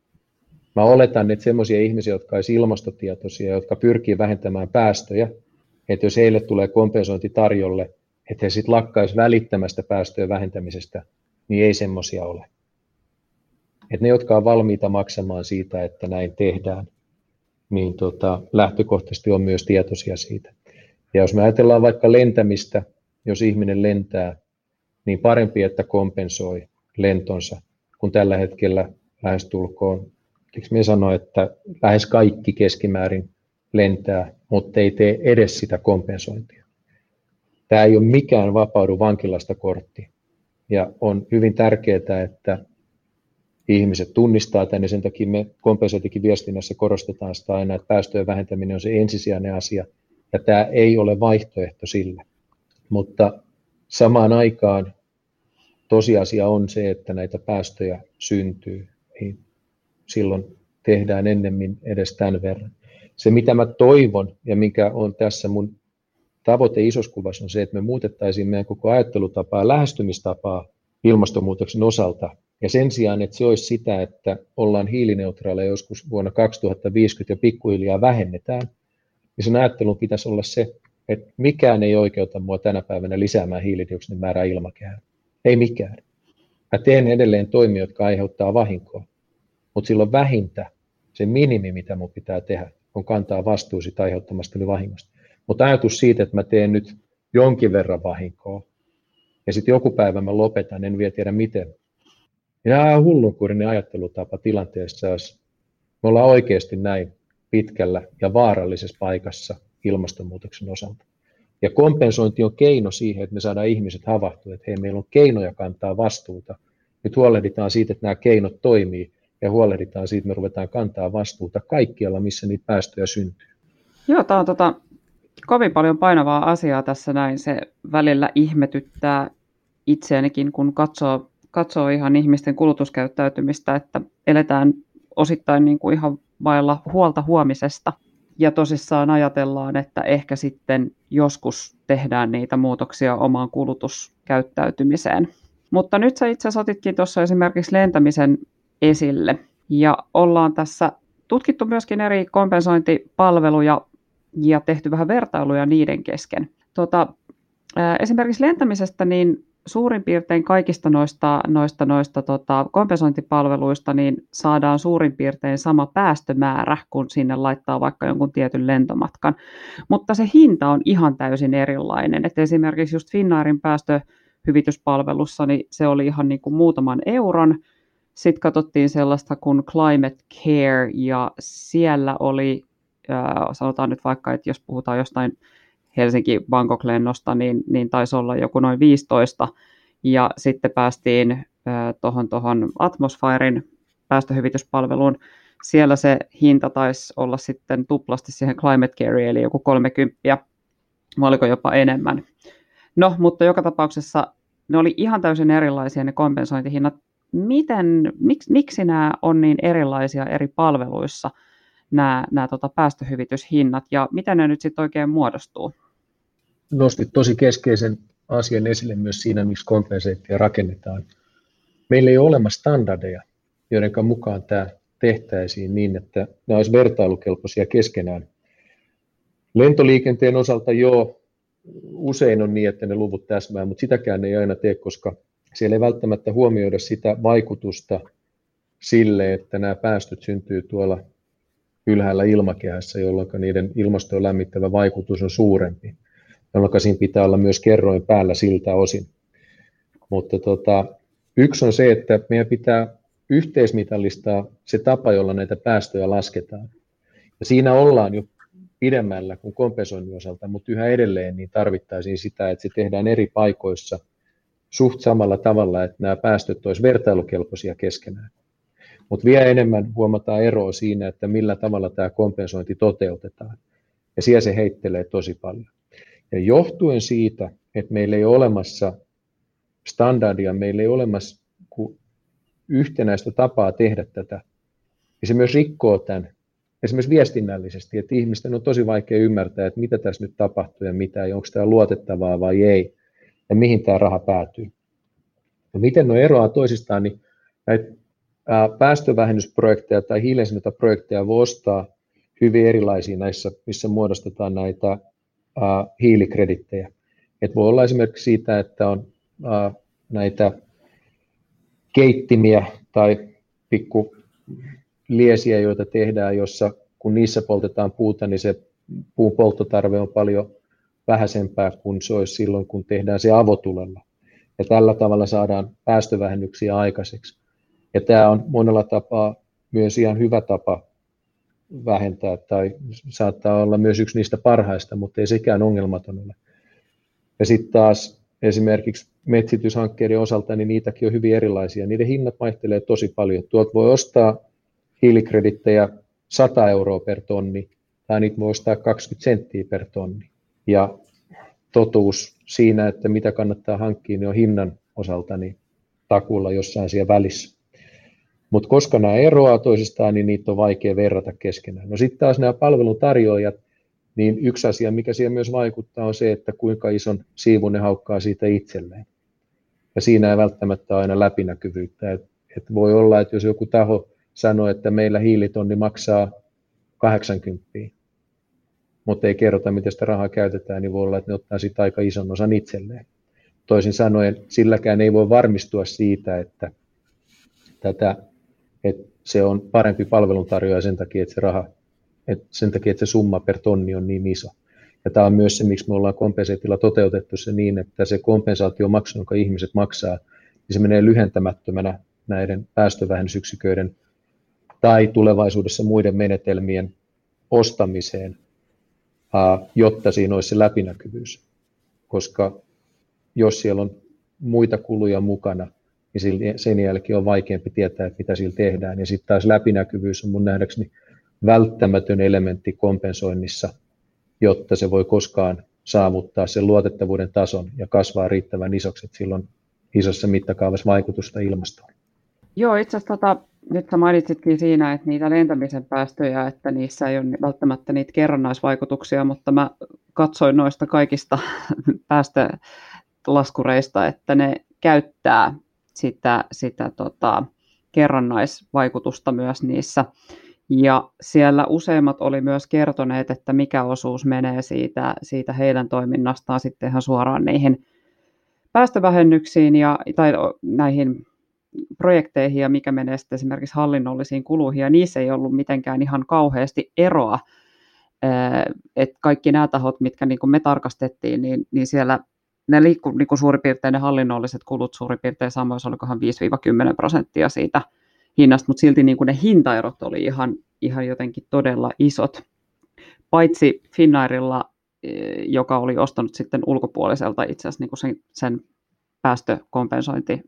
Mä oletan, että semmoisia ihmisiä, jotka olisi ilmastotietoisia, jotka pyrkii vähentämään päästöjä, että jos heille tulee kompensointi tarjolle, että he sitten lakkaisi välittämästä päästöjen vähentämisestä, niin ei semmoisia ole. Että ne, jotka on valmiita maksamaan siitä, että näin tehdään, niin lähtökohtaisesti on myös tietoisia siitä. Ja jos me ajatellaan vaikka lentämistä, jos ihminen lentää, niin parempi, että kompensoi lentonsa, kun tällä hetkellä lähestulkoon, eikö me sano, että lähes kaikki keskimäärin lentää, mutta ei tee edes sitä kompensointia. Tämä ei ole mikään vapaudu vankilasta kortti. Ja on hyvin tärkeää, että ihmiset tunnistaa tämän, ja sen takia me kompensointikin viestinnässä korostetaan sitä aina, että päästöjen vähentäminen on se ensisijainen asia, ja tämä ei ole vaihtoehto sille. Mutta samaan aikaan tosiasia on se, että näitä päästöjä syntyy, niin silloin tehdään ennemmin edes tämän verran. Se, mitä mä toivon, ja mikä on tässä mun tavoite isossa kuvassa, on se, että me muutettaisiin meidän koko ajattelutapaa, lähestymistapaa ilmastonmuutoksen osalta. Ja sen sijaan, että se olisi sitä, että ollaan hiilineutraaleja joskus vuonna 2050 ja pikkuhiljaa vähennetään, niin sen ajattelun pitäisi olla se, että mikään ei oikeuta mua tänä päivänä lisäämään hiilidioksidin määrää ilmakehään. Ei mikään. Mä teen edelleen toimia, jotka aiheuttaa vahinkoa, mutta silloin vähintä, se minimi, mitä mun pitää tehdä, on kantaa vastuu siitä aiheuttamastani vahingosta. Mutta ajatus siitä, että mä teen nyt jonkin verran vahinkoa, ja sitten joku päivä mä lopetan, en vielä tiedä miten. Nämä on hullunkurinen ajattelutapa tilanteessa, jos me ollaan oikeasti näin pitkällä ja vaarallisessa paikassa ilmastonmuutoksen osalta. Ja kompensointi on keino siihen, että me saadaan ihmiset havahtua, että hei, meillä on keinoja kantaa vastuuta. Nyt huolehditaan siitä, että nämä keinot toimii, ja huolehditaan siitä, että me ruvetaan kantaa vastuuta kaikkialla, missä niitä päästöjä syntyy. Joo, tämä on kovin paljon painavaa asiaa tässä näin. Se välillä ihmetyttää itseänikin, kun katsoo ihan ihmisten kulutuskäyttäytymistä, että eletään osittain niin kuin ihan vailla huolta huomisesta. Ja tosissaan ajatellaan, että ehkä sitten joskus tehdään niitä muutoksia omaan kulutuskäyttäytymiseen. Mutta nyt sä itse asiassa otitkin tuossa esimerkiksi lentämisen esille. Ja ollaan tässä tutkittu myöskin eri kompensointipalveluja ja tehty vähän vertailuja niiden kesken. Esimerkiksi lentämisestä niin suurin piirtein kaikista noista kompensointipalveluista niin saadaan suurin piirtein sama päästömäärä, kun sinne laittaa vaikka jonkun tietyn lentomatkan. Mutta se hinta on ihan täysin erilainen. Et esimerkiksi just Finnairin päästöhyvityspalvelussa niin se oli ihan niin kuin muutaman euron. Sitten katsottiin sellaista kuin Climate Care, ja siellä oli, sanotaan nyt vaikka, että jos puhutaan jostain Helsinki-Bangkok-lennosta, niin taisi olla joku noin 15, ja sitten päästiin tuohon Atmosfiren päästöhyvityspalveluun. Siellä se hinta taisi olla sitten tuplasti siihen Climate Care, eli joku 30, vai oliko jopa enemmän. No, mutta joka tapauksessa ne oli ihan täysin erilaisia ne kompensointihinnat. Miksi nämä on niin erilaisia eri palveluissa, nämä päästöhyvityshinnat, ja miten ne nyt sitten oikein muodostuu? Nostit tosi keskeisen asian esille myös siinä, miksi kompensaatio rakennetaan. Meillä ei ole olemassa standardeja, joiden mukaan tämä tehtäisiin niin, että nämä olisi vertailukelpoisia keskenään. Lentoliikenteen osalta usein on niin, että ne luvut täsmää, mutta sitäkään ei aina tee, koska siellä ei välttämättä huomioida sitä vaikutusta sille, että nämä päästöt syntyy tuolla ylhäällä ilmakehässä, jolloin niiden ilmastoon lämmittävä vaikutus on suurempi, jolloin siinä pitää olla myös kerroin päällä siltä osin. Mutta yksi on se, että meidän pitää yhteismitallistaa se tapa, jolla näitä päästöjä lasketaan. Ja siinä ollaan jo pidemmällä kuin kompensoinnin osalta, mutta yhä edelleen niin tarvittaisiin sitä, että se tehdään eri paikoissa suht samalla tavalla, että nämä päästöt olisivat vertailukelpoisia keskenään. Mutta vielä enemmän huomataan eroa siinä, että millä tavalla tämä kompensointi toteutetaan. Ja siellä se heittelee tosi paljon. Ja johtuen siitä, että meillä ei ole olemassa standardia, meillä ei ole olemassa yhtenäistä tapaa tehdä tätä, niin se myös rikkoo tämän esimerkiksi viestinnällisesti, että ihmisten on tosi vaikea ymmärtää, että mitä tässä nyt tapahtuu ja mitä, ja onko tämä luotettavaa vai ei, ja mihin tämä raha päätyy. Ja miten ne eroaa toisistaan, niin näitä päästövähennysprojekteja tai hiilensidontaprojekteja voi ostaa hyvin erilaisia näissä, missä muodostetaan näitä hiilikredittejä. Et voi olla esimerkiksi siitä, että on näitä keittimiä tai pikkuliesiä, joita tehdään, jossa kun niissä poltetaan puuta, niin se puun polttotarve on paljon vähäisempää kuin se olisi silloin, kun tehdään se avotulella. Ja tällä tavalla saadaan päästövähennyksiä aikaiseksi. Ja tämä on monella tapaa myös ihan hyvä tapa vähentää, tai saattaa olla myös yksi niistä parhaista, mutta ei sekään ongelmaton ole. Ja sitten taas esimerkiksi metsityshankkeiden osalta, niin niitäkin on hyvin erilaisia. Niiden hinnat vaihtelee tosi paljon. Tuolta voi ostaa hiilikredittejä 100 euroa per tonni, tai niitä voi ostaa 20 senttiä per tonni. Ja totuus siinä, että mitä kannattaa hankkia, niin on hinnan osalta niin takuulla jossain siellä välissä. Mutta koska nämä eroaa toisistaan, niin niitä on vaikea verrata keskenään. No sitten taas nämä palveluntarjoajat, niin yksi asia, mikä siihen myös vaikuttaa, on se, että kuinka ison siivun ne haukkaa siitä itselleen. Ja siinä ei välttämättä aina läpinäkyvyyttä. Et voi olla, että jos joku taho sanoo, että meillä hiilitonni maksaa 80, mutta ei kerrota, miten sitä rahaa käytetään, niin voi olla, että ne ottaa siitä aika ison osan itselleen. Toisin sanoen, silläkään ei voi varmistua siitä, että se on parempi palveluntarjoaja sen takia, että se summa per tonni on niin iso. Ja tämä on myös se, miksi me ollaan kompensaatiolla toteutettu se niin, että se kompensaatiomaksu, jonka ihmiset maksaa, niin se menee lyhentämättömänä näiden päästövähennysyksiköiden tai tulevaisuudessa muiden menetelmien ostamiseen, jotta siinä olisi se läpinäkyvyys. Koska jos siellä on muita kuluja mukana, niin sen jälkeen on vaikeampi tietää, että mitä sillä tehdään. Ja sitten taas läpinäkyvyys on mun nähdäkseni välttämätön elementti kompensoinnissa, jotta se voi koskaan saavuttaa sen luotettavuuden tason ja kasvaa riittävän isoksi, että sillä on isossa mittakaavassa vaikutusta ilmastoon. Joo, itse asiassa nyt sä mainitsitkin siinä, että niitä lentämisen päästöjä, että niissä ei ole välttämättä niitä kerrannaisvaikutuksia, mutta mä katsoin noista kaikista päästölaskureista, että ne käyttää sitä kerrannaisvaikutusta myös niissä. Ja siellä useimmat oli myös kertoneet, että mikä osuus menee siitä heidän toiminnastaan sitten ihan suoraan niihin päästövähennyksiin tai näihin projekteihin ja mikä menee sitten esimerkiksi hallinnollisiin kuluihin, ja niissä ei ollut mitenkään ihan kauheasti eroa. Että kaikki nämä tahot, mitkä niin kuin me tarkastettiin, niin siellä ne liikkuu niin kuin suurin piirtein ne hallinnolliset kulut suurin piirtein samoin, olikohan 5-10% siitä hinnasta, mutta silti niin kuin ne hintaerot oli ihan jotenkin todella isot. Paitsi Finnairilla, joka oli ostanut sitten ulkopuoliselta itse asiassa niin kuin sen päästökompensointi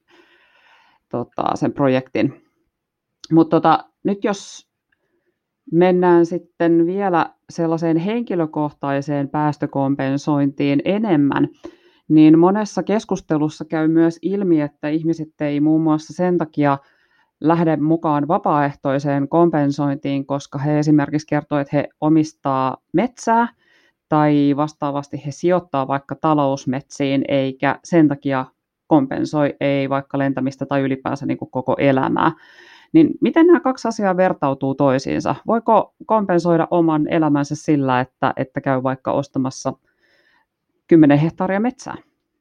sen projektin. Mutta nyt jos mennään sitten vielä sellaiseen henkilökohtaiseen päästökompensointiin enemmän, niin monessa keskustelussa käy myös ilmi, että ihmiset ei muun muassa sen takia lähde mukaan vapaaehtoiseen kompensointiin, koska he esimerkiksi kertoo, että he omistaa metsää tai vastaavasti he sijoittaa vaikka talousmetsiin, eikä sen takia kompensoi ei vaikka lentämistä tai ylipäänsä niin kuin koko elämää. Niin miten nämä kaksi asiaa vertautuu toisiinsa? Voiko kompensoida oman elämänsä sillä, että käy vaikka ostamassa 10 hehtaaria metsää?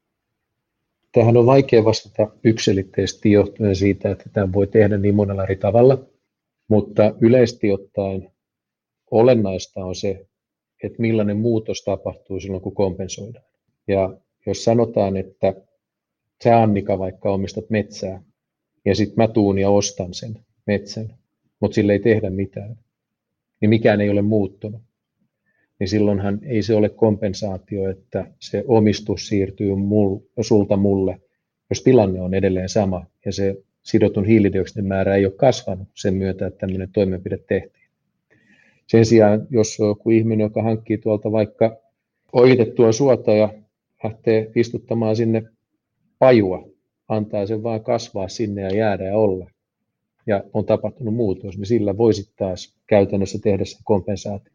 Tähän on vaikea vastata yksiselitteisesti johtuen siitä, että tämä voi tehdä niin monella eri tavalla, mutta yleisesti ottaen olennaista on se, että millainen muutos tapahtuu silloin, kun kompensoidaan. Ja jos sanotaan, että sä Annika vaikka omistat metsää, ja sitten mä tuun ja ostan sen metsän, mutta sille ei tehdä mitään, niin mikään ei ole muuttunut. Niin silloinhan ei se ole kompensaatio, että se omistus siirtyy sulta mulle, jos tilanne on edelleen sama ja se sidotun hiilidioksidin määrä ei ole kasvanut sen myötä, että tämmöinen toimenpide tehtiin. Sen sijaan, jos on joku ihminen, joka hankkii tuolta vaikka ojitettua suota ja lähtee istuttamaan sinne pajua, antaa sen vaan kasvaa sinne ja jäädä ja olla, ja on tapahtunut muutos, niin sillä voisi taas käytännössä tehdä sen kompensaatio.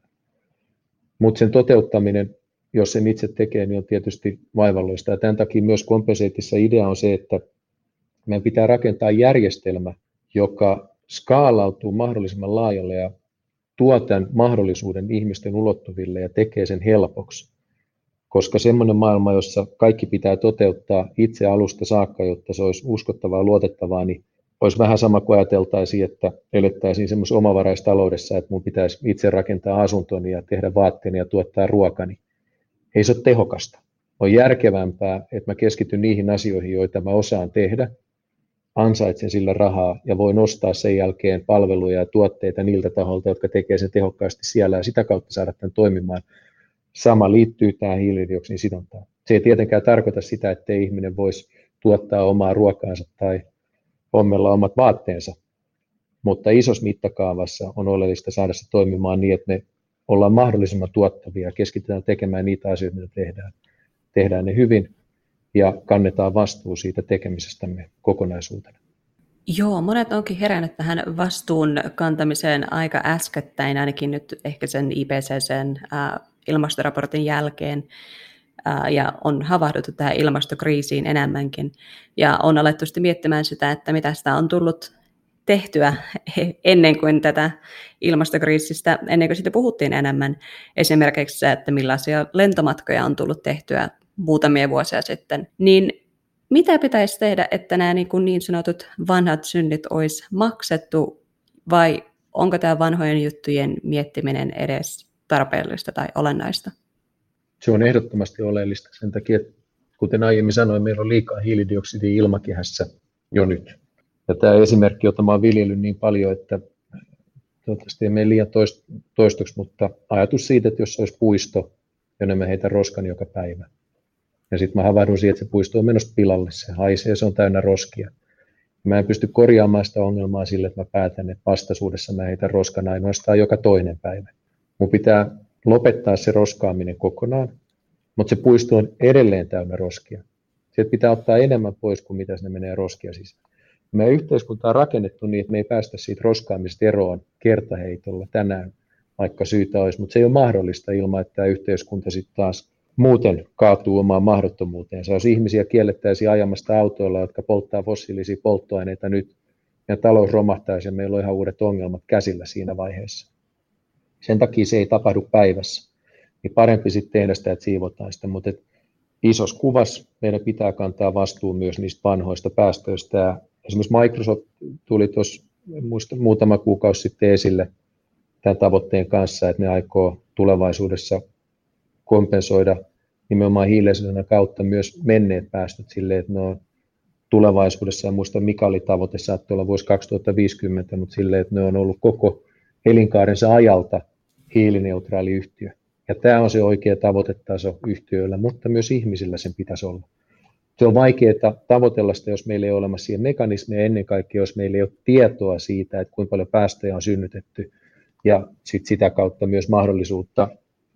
Mutta sen toteuttaminen, jos sen itse tekee, niin on tietysti vaivalloista. Ja tämän takia myös kompensaatissa idea on se, että meidän pitää rakentaa järjestelmä, joka skaalautuu mahdollisimman laajalle ja tuo tämän mahdollisuuden ihmisten ulottuville ja tekee sen helpoksi. Koska semmoinen maailma, jossa kaikki pitää toteuttaa itse alusta saakka, jotta se olisi uskottavaa ja luotettavaa, niin olisi vähän sama kuin ajateltaisiin, että elettäisiin semmoisessa omavaraistaloudessa, että mun pitäisi itse rakentaa asuntoni ja tehdä vaatteeni ja tuottaa ruokani. Ei se ole tehokasta. On järkevämpää, että mä keskityn niihin asioihin, joita mä osaan tehdä, ansaitsen sillä rahaa ja voin ostaa sen jälkeen palveluja ja tuotteita niiltä taholta, jotka tekee sen tehokkaasti siellä ja sitä kautta saada tämän toimimaan. Sama liittyy tähän hiilidioksidin sidontaan. Se ei tietenkään tarkoita sitä, että ihminen voisi tuottaa omaa ruokaansa tai ommella omat vaatteensa, mutta isossa mittakaavassa on oleellista saada se toimimaan niin, että me ollaan mahdollisimman tuottavia ja keskitytään tekemään niitä asioita, mitä tehdään. Tehdään ne hyvin ja kannetaan vastuu siitä tekemisestämme kokonaisuutena. Joo, monet onkin herännyt tähän vastuun kantamiseen aika äskettäin, ainakin nyt ehkä sen IPCC:n ilmastoraportin jälkeen, ja on havahduttu tähän ilmastokriisiin enemmänkin, ja on alettu sitten miettimään sitä, että mitä sitä on tullut tehtyä ennen kuin tätä ilmastokriisistä, ennen kuin siitä puhuttiin enemmän. Esimerkiksi se, että millaisia lentomatkoja on tullut tehtyä muutamia vuosia sitten, niin mitä pitäisi tehdä, että nämä niin sanotut vanhat synnit olisi maksettu, vai onko tämä vanhojen juttujen miettiminen edes tarpeellista tai olennaista? Se on ehdottomasti oleellista sen takia, että kuten aiemmin sanoin, meillä on liikaa hiilidioksidia ilmakehässä jo nyt. Ja tämä esimerkki, jota mä olen viljellyt niin paljon, että toivottavasti ei mene liian toistoksi, mutta ajatus siitä, että jos olisi puisto, jonne mä heitän roskan joka päivä. Ja sitten mä havahdun siihen, että se puisto on menossa pilalle, se haisee, se on täynnä roskia. Mä en pysty korjaamaan sitä ongelmaa sille, että mä päätän, että vastaisuudessa mä heitän roskan ainoastaan joka toinen päivä. Mun pitää lopettaa se roskaaminen kokonaan, mutta se puisto on edelleen täynnä roskia. Sieltä pitää ottaa enemmän pois kuin mitä sinne menee roskia sisään. Meidän yhteiskunta on rakennettu niin, että me ei päästä siitä roskaamista eroon kertaheitolla tänään, vaikka syytä olisi, mutta se ei ole mahdollista ilman, että tämä yhteiskunta sitten taas muuten kaatuu omaan mahdottomuuteensa. Jos ihmisiä kiellettäisiin ajamasta autoilla, jotka polttaa fossiilisia polttoaineita nyt, ja talous romahtaisi ja meillä on ihan uudet ongelmat käsillä siinä vaiheessa. Sen takia se ei tapahdu päivässä. Niin parempi sitten tehdä sitä, että siivotaan sitä. Mutta isossa kuvassa meidän pitää kantaa vastuu myös niistä vanhoista päästöistä. Esimerkiksi Microsoft tuli tuossa muutama kuukausi sitten esille tämän tavoitteen kanssa, että ne aikoo tulevaisuudessa kompensoida nimenomaan hiilisyyden kautta myös menneet päästöt silleen, että ne on tulevaisuudessa, en muista mikä oli tavoite, saattoi olla vuosi 2050, mutta silleen, että ne on ollut koko elinkaarensa ajalta hiilineutraali yhtiö. Ja tämä on se oikea tavoitetaso yhtiöillä, mutta myös ihmisillä sen pitäisi olla. Se on vaikeaa tavoitella sitä, jos meillä ei ole olemassa siihen mekanismeja, ennen kaikkea jos meillä ei ole tietoa siitä, että kuinka paljon päästöjä on synnytetty, ja sitä kautta myös mahdollisuutta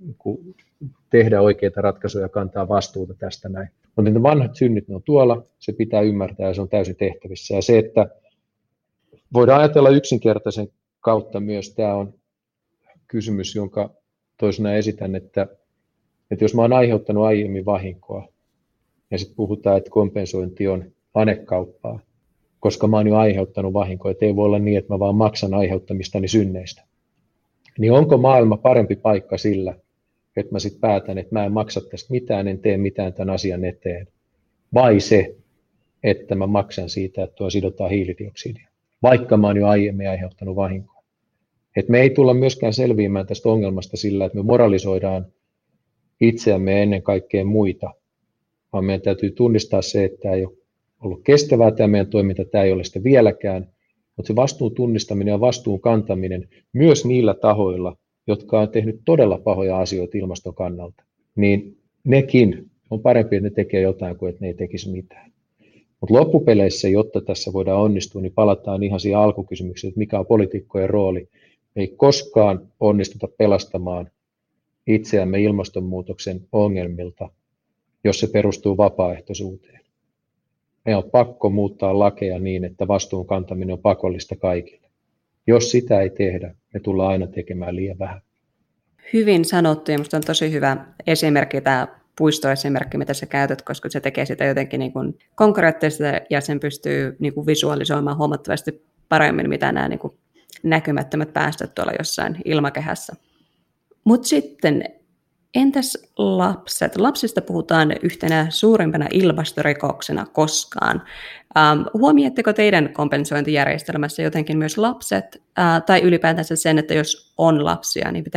tehdä oikeita ratkaisuja ja kantaa vastuuta tästä näin. Mutta ne vanhat synnit, ne on tuolla, se pitää ymmärtää ja se on täysin tehtävissä. Ja se, että voidaan ajatella yksinkertaisen kautta myös, tämä on kysymys, jonka toisena esitän, että jos mä oon aiheuttanut aiemmin vahinkoa, ja sitten puhutaan, että kompensointi on anekauppaa, koska mä oon jo aiheuttanut vahinkoa, että ei voi olla niin, että mä vaan maksan aiheuttamistani synneistä. Niin onko maailma parempi paikka sillä, että mä sitten päätän, että mä en maksa tästä mitään, en tee mitään tämän asian eteen, vai se, että mä maksan siitä, että tuo sidotaan hiilidioksidia, vaikka mä oon jo aiemmin aiheuttanut vahinkoa. Et me ei tulla myöskään selviämään tästä ongelmasta sillä, että me moralisoidaan itseämme ja ennen kaikkea muita, vaan meidän täytyy tunnistaa se, että tämä ei ole ollut kestävää tämä meidän toiminta, tämä ei ole sitä vieläkään, mutta se vastuun tunnistaminen ja vastuun kantaminen myös niillä tahoilla, jotka on tehnyt todella pahoja asioita ilmaston kannalta, niin nekin on parempi, että ne tekee jotain kuin että ne ei tekisi mitään. Mutta loppupeleissä, jotta tässä voidaan onnistua, niin palataan ihan siihen alkukysymykseen, että mikä on poliitikkojen rooli. Me ei koskaan onnistuta pelastamaan itseämme ilmastonmuutoksen ongelmilta, jos se perustuu vapaaehtoisuuteen. Meidän on pakko muuttaa lakeja niin, että vastuun kantaminen on pakollista kaikille. Jos sitä ei tehdä, me tullaan aina tekemään liian vähän. Hyvin sanottu, ja minusta on tosi hyvä esimerkki tämä puistoesimerkki, mitä sä käytät, koska se tekee sitä jotenkin niin kuin konkreettista ja sen pystyy niin kuin visualisoimaan huomattavasti paremmin, mitä nämä niin kuin näkymättömät päästöt tuolla jossain ilmakehässä. Mutta sitten, entäs lapset? Lapsista puhutaan yhtenä suurimpana ilmastorikoksena koskaan. Huomioitteko teidän kompensointijärjestelmässä jotenkin myös lapset, tai ylipäätänsä sen, että jos on lapsia, niin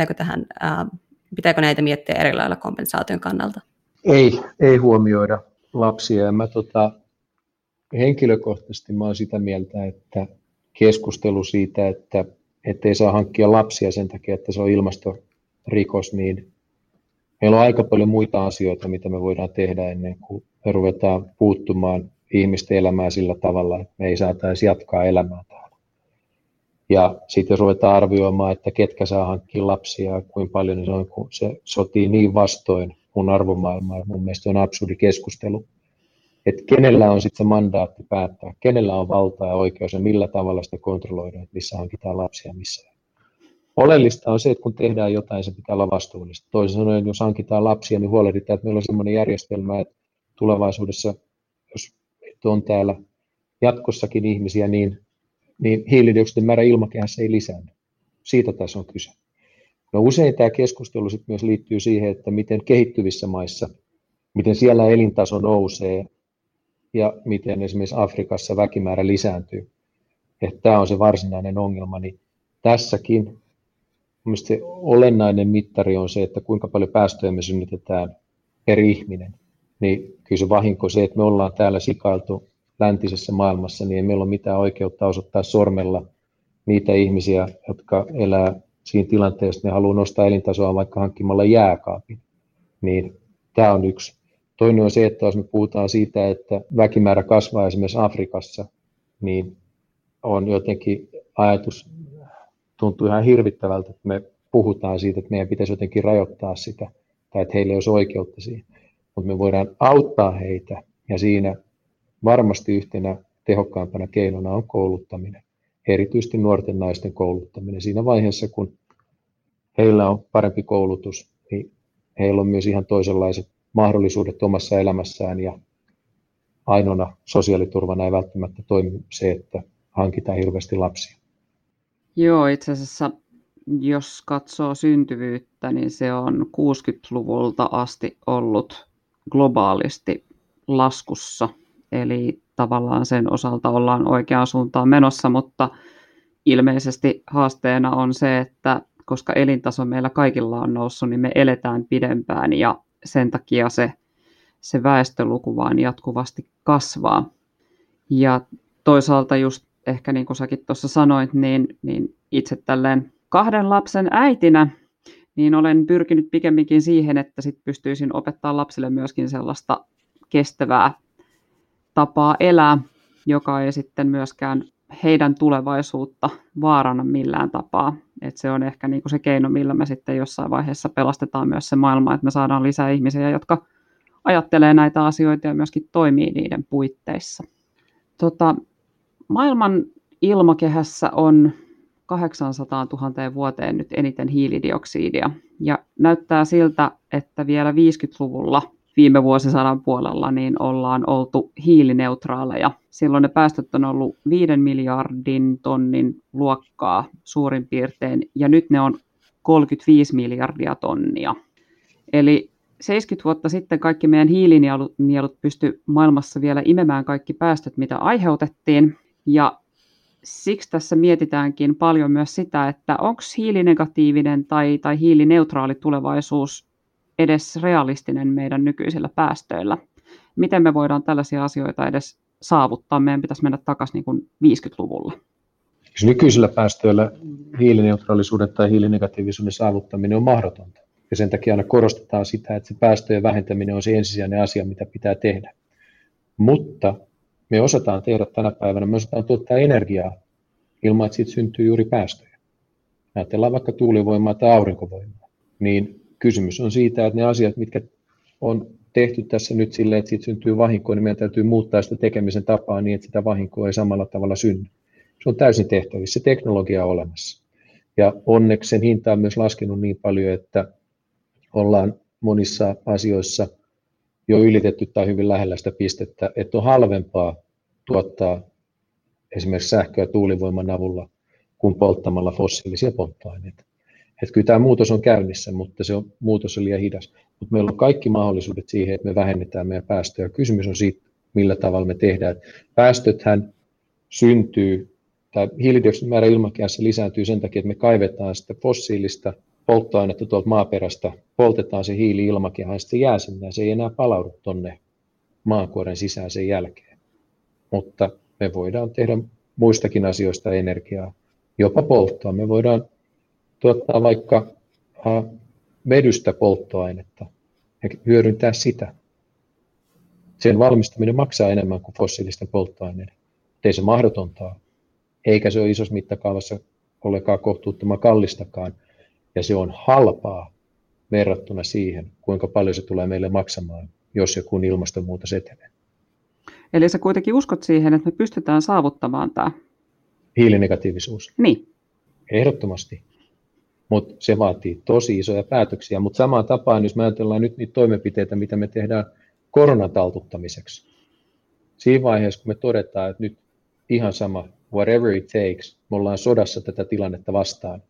pitääkö näitä miettiä eri lailla kompensaation kannalta? Ei huomioida lapsia. Ja henkilökohtaisesti mä olen sitä mieltä, että keskustelu siitä, että ei saa hankkia lapsia sen takia, että se on ilmastorikos, niin meillä on aika paljon muita asioita, mitä me voidaan tehdä ennen kuin me ruvetaan puuttumaan ihmisten elämään sillä tavalla, että me ei saataisi jatkaa elämää täällä. Ja sitten jos ruvetaan arvioimaan, että ketkä saa hankkia lapsia ja kuinka paljon, niin se on, kun se sotii niin vastoin mun arvomaailmaa. Mun mielestä on absurdi keskustelu, että kenellä on sitten se mandaatti päättää, kenellä on valta ja oikeus ja millä tavalla sitä kontrolloidaan, että missä hankitaan lapsia missä. Oleellista on se, että kun tehdään jotain, se pitää olla vastuullista. Toisin sanoen, jos hankitaan lapsia, niin huolehditaan, että meillä on sellainen järjestelmä, että tulevaisuudessa, jos on täällä jatkossakin ihmisiä, niin hiilidioksidin määrä ilmakehässä ei lisäänny. Siitä tässä on kyse. No usein tämä keskustelu sitten myös liittyy siihen, että miten kehittyvissä maissa, miten siellä elintaso nousee ja miten esimerkiksi Afrikassa väkimäärä lisääntyy. Että tämä on se varsinainen ongelma, niin tässäkin mielestäni se olennainen mittari on se, että kuinka paljon päästöjä me synnytetään per ihminen. Niin kyllä se vahinko se, että me ollaan täällä sikailtu läntisessä maailmassa, niin ei meillä ole mitään oikeutta osoittaa sormella niitä ihmisiä, jotka elää siinä tilanteessa, että ne haluaa nostaa elintasoa vaikka hankkimalla jääkaapin. Niin tämä on yksi. Toinen on se, että jos me puhutaan siitä, että väkimäärä kasvaa esimerkiksi Afrikassa, niin on jotenkin ajatus, tuntuu ihan hirvittävältä, että me puhutaan siitä, että meidän pitäisi jotenkin rajoittaa sitä, tai että heillä ei olisi oikeutta siihen. Mutta me voidaan auttaa heitä, ja siinä varmasti yhtenä tehokkaampana keinona on kouluttaminen, erityisesti nuorten naisten kouluttaminen. Siinä vaiheessa, kun heillä on parempi koulutus, niin heillä on myös ihan toisenlaiset mahdollisuudet omassa elämässään, ja ainoana sosiaaliturvana ei välttämättä toimi se, että hankitaan hirveästi lapsia. Joo, itse asiassa jos katsoo syntyvyyttä, niin se on 60-luvulta asti ollut globaalisti laskussa. Eli tavallaan sen osalta ollaan oikeaan suuntaan menossa, mutta ilmeisesti haasteena on se, että koska elintaso meillä kaikilla on noussut, niin me eletään pidempään ja sen takia se väestöluku vaan jatkuvasti kasvaa. Ja toisaalta just ehkä niin kuin säkin tuossa sanoit, niin itse tälleen 2 lapsen äitinä, niin olen pyrkinyt pikemminkin siihen, että sit pystyisin opettamaan lapsille myöskin sellaista kestävää tapaa elää, joka ei sitten myöskään heidän tulevaisuutta vaarana millään tapaa. Et se on ehkä niin kuin se keino, millä me sitten jossain vaiheessa pelastetaan myös se maailma, että me saadaan lisää ihmisiä, jotka ajattelee näitä asioita ja myöskin toimii niiden puitteissa. Maailman ilmakehässä on 800 000 vuoteen nyt eniten hiilidioksidia. Ja näyttää siltä, että vielä 50-luvulla viime vuosisadan puolella niin ollaan oltu hiilineutraaleja. Silloin ne päästöt on ollut 5 miljardin tonnin luokkaa suurin piirtein, ja nyt ne on 35 miljardia tonnia. Eli 70 vuotta sitten kaikki meidän hiilinielut pysty maailmassa vielä imemään kaikki päästöt, mitä aiheutettiin. Ja siksi tässä mietitäänkin paljon myös sitä, että onko hiilinegatiivinen tai hiilineutraali tulevaisuus edes realistinen meidän nykyisillä päästöillä. Miten me voidaan tällaisia asioita edes saavuttaa? Meidän pitäisi mennä takaisin niin kuin 50-luvulla. Nykyisillä päästöillä hiilineutraalisuuden tai hiilinegatiivisuuden saavuttaminen on mahdotonta. Ja sen takia aina korostetaan sitä, että se päästöjen vähentäminen on se ensisijainen asia, mitä pitää tehdä. Mutta me osataan tehdä tänä päivänä, me osataan tuottaa energiaa ilman, että siitä syntyy juuri päästöjä. Ajatellaan vaikka tuulivoimaa tai aurinkovoimaa. Niin kysymys on siitä, että ne asiat, mitkä on tehty tässä nyt silleen, että siitä syntyy vahinkoa, niin meidän täytyy muuttaa sitä tekemisen tapaa niin, että sitä vahinkoa ei samalla tavalla synny. Se on täysin tehtävissä, se teknologia on olemassa. Ja onneksi sen hinta on myös laskenut niin paljon, että ollaan monissa asioissa jo ylitetty tai hyvin lähellä sitä pistettä, että on halvempaa tuottaa esimerkiksi sähköä tuulivoiman avulla kuin polttamalla fossiilisia polttoaineita. Että kyllä tämä muutos on käynnissä, mutta muutos on liian hidas. Mutta meillä on kaikki mahdollisuudet siihen, että me vähennetään meidän päästöjä. Kysymys on siitä, millä tavalla me tehdään. Päästöthän syntyy, tai hiilidioksidin määrä ilmakehässä lisääntyy sen takia, että me kaivetaan sitä fossiilista polttoainetta tuolta maaperästä, poltetaan se hiili ilmakehään, sitten se jää sinne ja se ei enää palaudu tuonne maankuoren sisään sen jälkeen. Mutta me voidaan tehdä muistakin asioista energiaa, jopa polttoa. Me voidaan tuottaa vaikka vedystä polttoainetta ja hyödyntää sitä. Sen valmistaminen maksaa enemmän kuin fossiilisten polttoaineiden. Ei se mahdotonta ole, eikä se ole isossa mittakaavassa ollenkaan kohtuuttoman kallistakaan. Ja se on halpaa verrattuna siihen, kuinka paljon se tulee meille maksamaan, jos ja kun ilmastonmuutos etenee. Eli sä kuitenkin uskot siihen, että me pystytään saavuttamaan tämä hiilinegatiivisuus? Niin. Ehdottomasti. Mutta se vaatii tosi isoja päätöksiä. Mutta samaan tapaan, jos me ajatellaan nyt niitä toimenpiteitä, mitä me tehdään koronan taltuttamiseksi. Siinä vaiheessa, kun me todetaan, että nyt ihan sama, whatever it takes, me ollaan sodassa tätä tilannetta vastaan,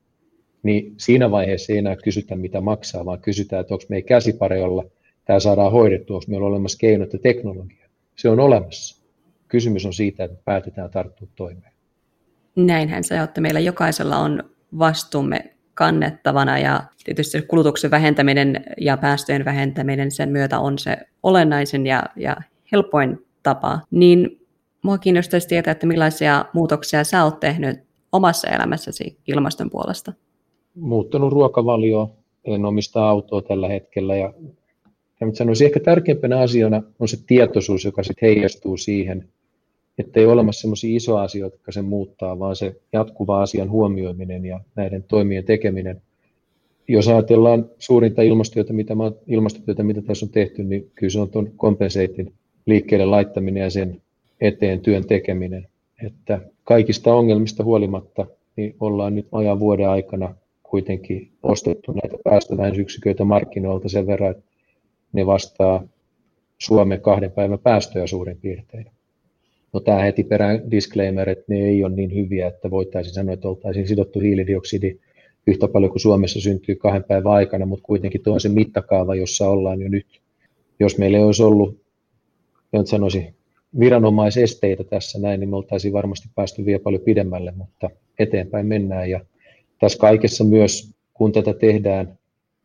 niin siinä vaiheessa ei enää kysytä, mitä maksaa, vaan kysytään, että onko meidän käsipare, jolla tämä saadaan hoidettua, onko meillä olemassa keinot ja teknologia. Se on olemassa. Kysymys on siitä, että päätetään tarttua toimeen. Näinhän se on, että meillä jokaisella on vastuumme kannettavana ja tietysti kulutuksen vähentäminen ja päästöjen vähentäminen sen myötä on se olennaisin ja helpoin tapa. Niin mua kiinnostaisi tietää, että millaisia muutoksia sä oot tehnyt omassa elämässäsi ilmaston puolesta. Muuttanut ruokavalioon, en omista autoa tällä hetkellä ja sanoisin ehkä tärkeimpänä asiana on se tietoisuus, joka sitten heijastuu siihen, että ei ole olemassa sellaisia isoja asioita, jotka sen muuttaa, vaan se jatkuva asian huomioiminen ja näiden toimien tekeminen. Jos ajatellaan suurinta ilmastotyötä, mitä tässä on tehty, niin kyllä se on tuon Compensatein liikkeelle laittaminen ja sen eteen työn tekeminen. Että kaikista ongelmista huolimatta niin ollaan nyt ajan vuoden aikana kuitenkin ostettu näitä päästövähennysyksiköitä markkinoilta sen verran, että ne vastaa Suomen 2 päivän päästöjä suurin piirtein. No tämä heti perään disclaimer, että ne ei ole niin hyviä, että voitaisiin sanoa, että oltaisiin sidottu hiilidioksidi yhtä paljon kuin Suomessa syntyy 2 päivän aikana, mutta kuitenkin tuo on se mittakaava, jossa ollaan jo nyt. Jos meillä ei olisi ollut, sanoisin, viranomaisesteitä tässä näin, niin me oltaisiin varmasti päästy vielä paljon pidemmälle, mutta eteenpäin mennään. Ja tässä kaikessa myös, kun tätä tehdään,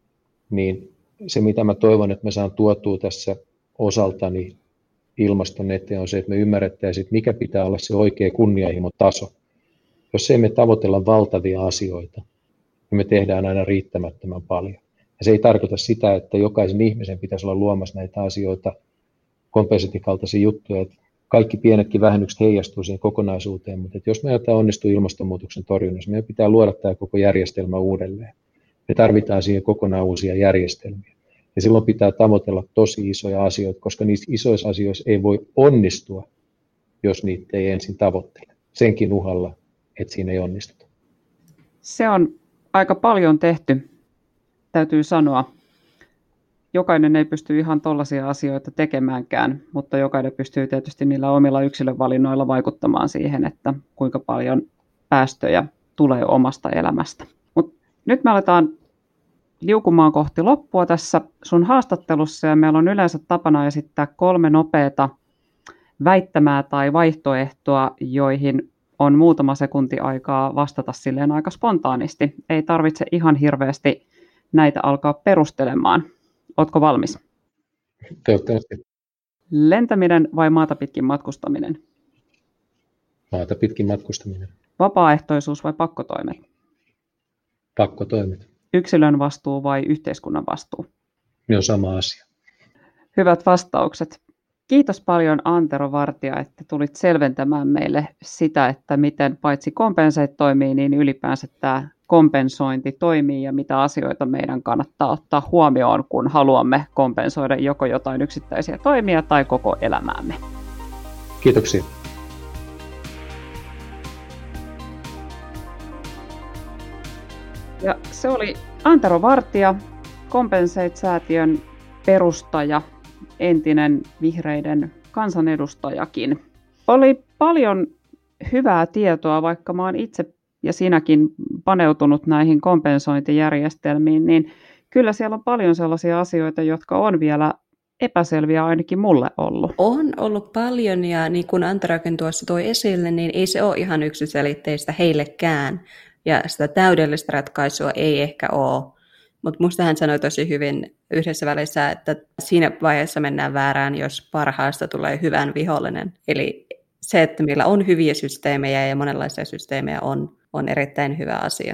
niin se mitä mä toivon, että me saan tuotua tässä osaltani ilmaston eteen on se, että me ymmärrettäisiin, että mikä pitää olla se oikea kunnianhimotaso. Jos ei me tavoitella valtavia asioita, niin me tehdään aina riittämättömän paljon. Ja se ei tarkoita sitä, että jokaisen ihmisen pitäisi olla luomassa näitä asioita, kompensointin kaltaisia juttuja, että kaikki pienetkin vähennykset heijastuu siihen kokonaisuuteen, mutta jos me jotain onnistuu ilmastonmuutoksen torjunnassa, meidän pitää luoda tämä koko järjestelmä uudelleen. Me tarvitaan siihen kokonaan uusia järjestelmiä. Ja silloin pitää tavoitella tosi isoja asioita, koska niissä isoissa asioissa ei voi onnistua, jos niitä ei ensin tavoittele. Senkin uhalla, että siinä ei onnistuta. Se on aika paljon tehty, täytyy sanoa. Jokainen ei pysty ihan tollaisia asioita tekemäänkään, mutta jokainen pystyy tietysti niillä omilla yksilövalinnoilla vaikuttamaan siihen, että kuinka paljon päästöjä tulee omasta elämästä. Mut nyt me aletaan liukumaan kohti loppua tässä sun haastattelussa ja meillä on yleensä tapana esittää 3 nopeata väittämää tai vaihtoehtoa, joihin on muutama sekunti aikaa vastata silleen aika spontaanisti. Ei tarvitse ihan hirveästi näitä alkaa perustelemaan. Ootko valmis? Toivottavasti. Lentäminen vai maata pitkin matkustaminen? Maata pitkin matkustaminen. Vapaaehtoisuus vai pakkotoimet? Pakkotoimet. Yksilön vastuu vai yhteiskunnan vastuu? Ne on sama asia. Hyvät vastaukset. Kiitos paljon Antero Vartija, että tulit selventämään meille sitä, että miten paitsi Compensate toimii, niin ylipäänsä tämä kompensointi toimii ja mitä asioita meidän kannattaa ottaa huomioon, kun haluamme kompensoida joko jotain yksittäisiä toimia tai koko elämäämme. Kiitoksia. Ja se oli Antero Vartija, Compensate-säätiön perustaja, entinen vihreiden kansanedustajakin. Oli paljon hyvää tietoa, vaikka mä oon itse ja sinäkin paneutunut näihin kompensointijärjestelmiin, niin kyllä siellä on paljon sellaisia asioita, jotka on vielä epäselviä ainakin mulle ollut. On ollut paljon ja niin kuin Anterokin tuossa toi esille, niin ei se ole ihan yksiselitteistä heillekään. Ja sitä täydellistä ratkaisua ei ehkä ole. Mutta musta hän sanoi tosi hyvin yhdessä välissä, että siinä vaiheessa mennään väärään, jos parhaasta tulee hyvän vihollinen. Eli se, että meillä on hyviä systeemejä ja monenlaisia systeemejä on erittäin hyvä asia.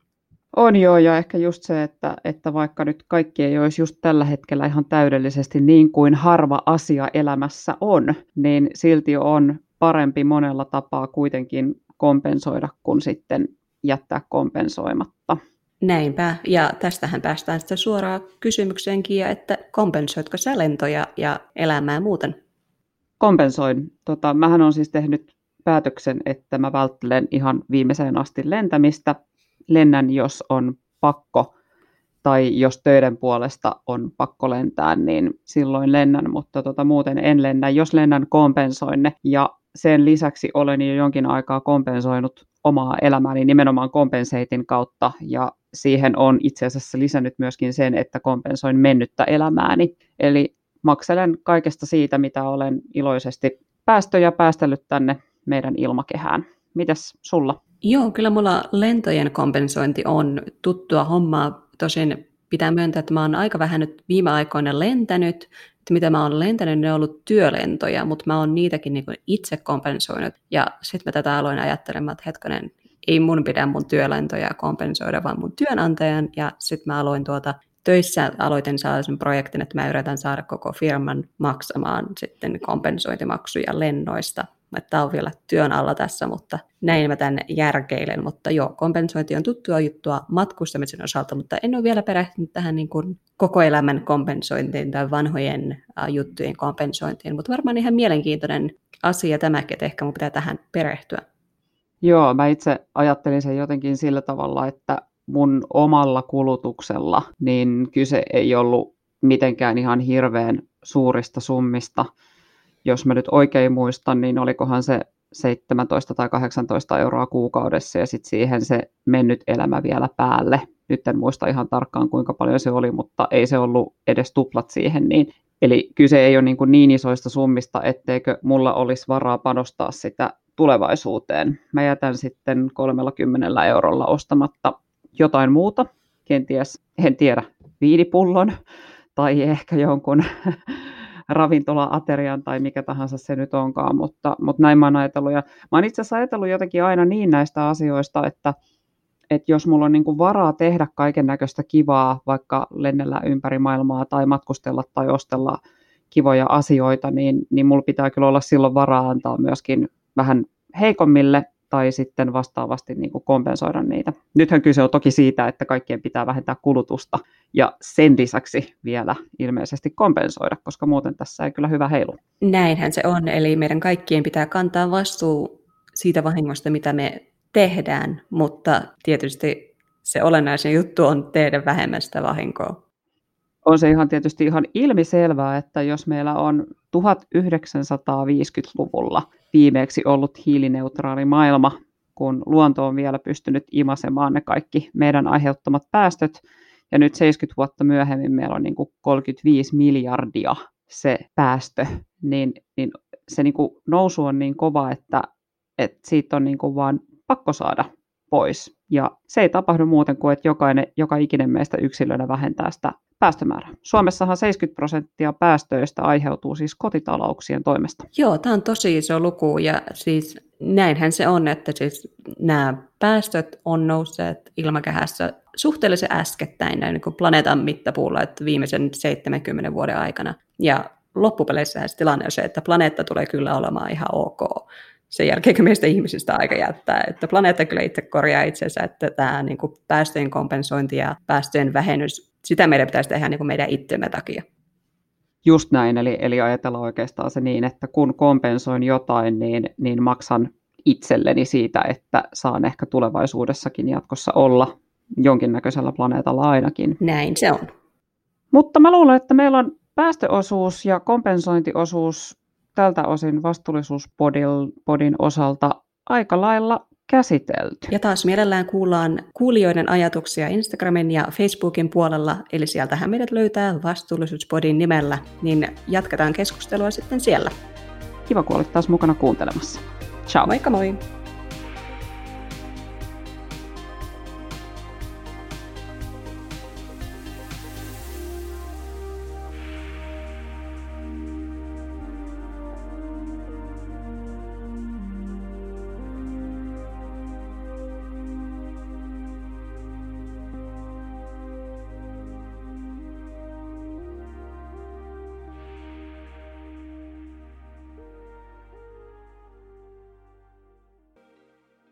On joo, ja ehkä just se, että vaikka nyt kaikki ei olisi just tällä hetkellä ihan täydellisesti niin kuin harva asia elämässä on, niin silti on parempi monella tapaa kuitenkin kompensoida kuin sitten jättää kompensoimatta. Näinpä, ja tästähän päästään sitten suoraan kysymykseenkin, että kompensoitko sä lentoja ja elämää muuten? Kompensoin. Mähän olen siis tehnyt päätöksen, että mä välttelen ihan viimeiseen asti lentämistä. Lennän, jos on pakko, tai jos töiden puolesta on pakko lentää, niin silloin lennän, mutta muuten en lennä. Jos lennän, kompensoin ne, ja sen lisäksi olen jo jonkin aikaa kompensoinut omaa elämääni nimenomaan Compensaten kautta, ja siihen on itse asiassa lisännyt myöskin sen, että kompensoin mennyttä elämääni. Eli makselen kaikesta siitä, mitä olen iloisesti päästellyt tänne meidän ilmakehään. Mitäs sulla? Joo, kyllä mulla lentojen kompensointi on tuttua hommaa. Tosin pitää myöntää, että mä oon aika vähän nyt viime aikoina lentänyt. Että mitä mä oon lentänyt, ne on ollut työlentoja, mutta mä oon niitäkin niin kuin itse kompensoinut. Ja sitten mä tätä aloin ajattelemaan, että hetkonen, ei mun pidä mun työlentoja kompensoida, vaan mun työnantajan. Ja sitten mä aloin töissä aloitin sellaisen projektin, että mä yritän saada koko firman maksamaan sitten kompensointimaksuja lennoista. Tämä on vielä työn alla tässä, mutta näin mä tämän järkeilen. Mutta joo, kompensointi on tuttua juttua matkustamisen osalta, mutta en ole vielä perehtynyt tähän niin kuin koko elämän kompensointiin tai vanhojen juttujen kompensointiin. Mutta varmaan ihan mielenkiintoinen asia tämäkin, että ehkä mun pitää tähän perehtyä. Joo, mä itse ajattelin sen jotenkin sillä tavalla, että mun omalla kulutuksella niin kyse ei ollut mitenkään ihan hirveän suurista summista. Jos mä nyt oikein muistan, niin olikohan se 17 tai 18 euroa kuukaudessa ja sitten siihen se mennyt elämä vielä päälle. Nyt en muista ihan tarkkaan kuinka paljon se oli, mutta ei se ollut edes tuplat siihen, niin Eli kyse ei ole niin isoista summista, etteikö mulla olisi varaa panostaa sitä tulevaisuuteen. Mä jätän sitten 30 eurolla ostamatta jotain muuta, kenties, en tiedä, viinipullon tai ehkä jonkun ravintola-aterian tai mikä tahansa se nyt onkaan, mutta näin mä oon ajatellut. Ja mä oon itse asiassa ajatellut jotenkin aina niin näistä asioista, että jos mulla on niin kuin varaa tehdä kaiken näköistä kivaa, vaikka lennellä ympäri maailmaa tai matkustella tai ostella kivoja asioita, niin mulla pitää kyllä olla silloin varaa antaa myöskin vähän heikommille tai sitten vastaavasti niin kuin kompensoida niitä. Nythän kyse on toki siitä, että kaikkien pitää vähentää kulutusta ja sen lisäksi vielä ilmeisesti kompensoida, koska muuten tässä ei kyllä hyvä heilu. Näinhän se on, eli meidän kaikkien pitää kantaa vastuu siitä vahingosta, mitä me tehdään, mutta tietysti se olennaisin juttu on tehdä vähemmän sitä vahinkoa. On se tietysti ihan ilmiselvää, että jos meillä on 1950-luvulla viimeksi ollut hiilineutraali maailma, kun luonto on vielä pystynyt imasemaan ne kaikki meidän aiheuttamat päästöt, ja nyt 70 vuotta myöhemmin meillä on niin kuin 35 miljardia se päästö, niin se niin kuin nousu on niin kova, että siitä on niin kuin vaan pakko saada pois. Ja se ei tapahdu muuten kuin, että joka ikinen meistä yksilönä vähentää sitä päästömäärää. Suomessahan 70% päästöistä aiheutuu siis kotitalouksien toimesta. Joo, tämä on tosi iso luku ja siis näinhän se on, että siis nämä päästöt on nousseet ilmakehässä suhteellisen äskettäin näin niin kuin planeetan mittapuulla, että viimeisen 70 vuoden aikana. Ja loppupeleissä se tilanne on se, että planeetta tulee kyllä olemaan ihan ok. Sen jälkeen, kun meistä ihmisistä aika jättää, että planeetta kyllä itse korjaa itsensä, että tämä niin kuin päästöjen kompensointi ja päästöjen vähennys, sitä meidän pitäisi tehdä niin kuin meidän itsemme takia. Just näin, eli ajatellaan oikeastaan se niin, että kun kompensoin jotain, niin maksan itselleni siitä, että saan ehkä tulevaisuudessakin jatkossa olla jonkinnäköisellä planeetalla ainakin. Näin se on. Mutta mä luulen, että meillä on päästöosuus ja kompensointiosuus tältä osin vastuullisuuspodin osalta aika lailla käsitelty. Ja taas mielellään kuullaan kuulijoiden ajatuksia Instagramin ja Facebookin puolella, eli sieltähän meidät löytää vastuullisuuspodin nimellä, niin jatketaan keskustelua sitten siellä. Kiva, kun olit taas mukana kuuntelemassa. Ciao. Moikka moi!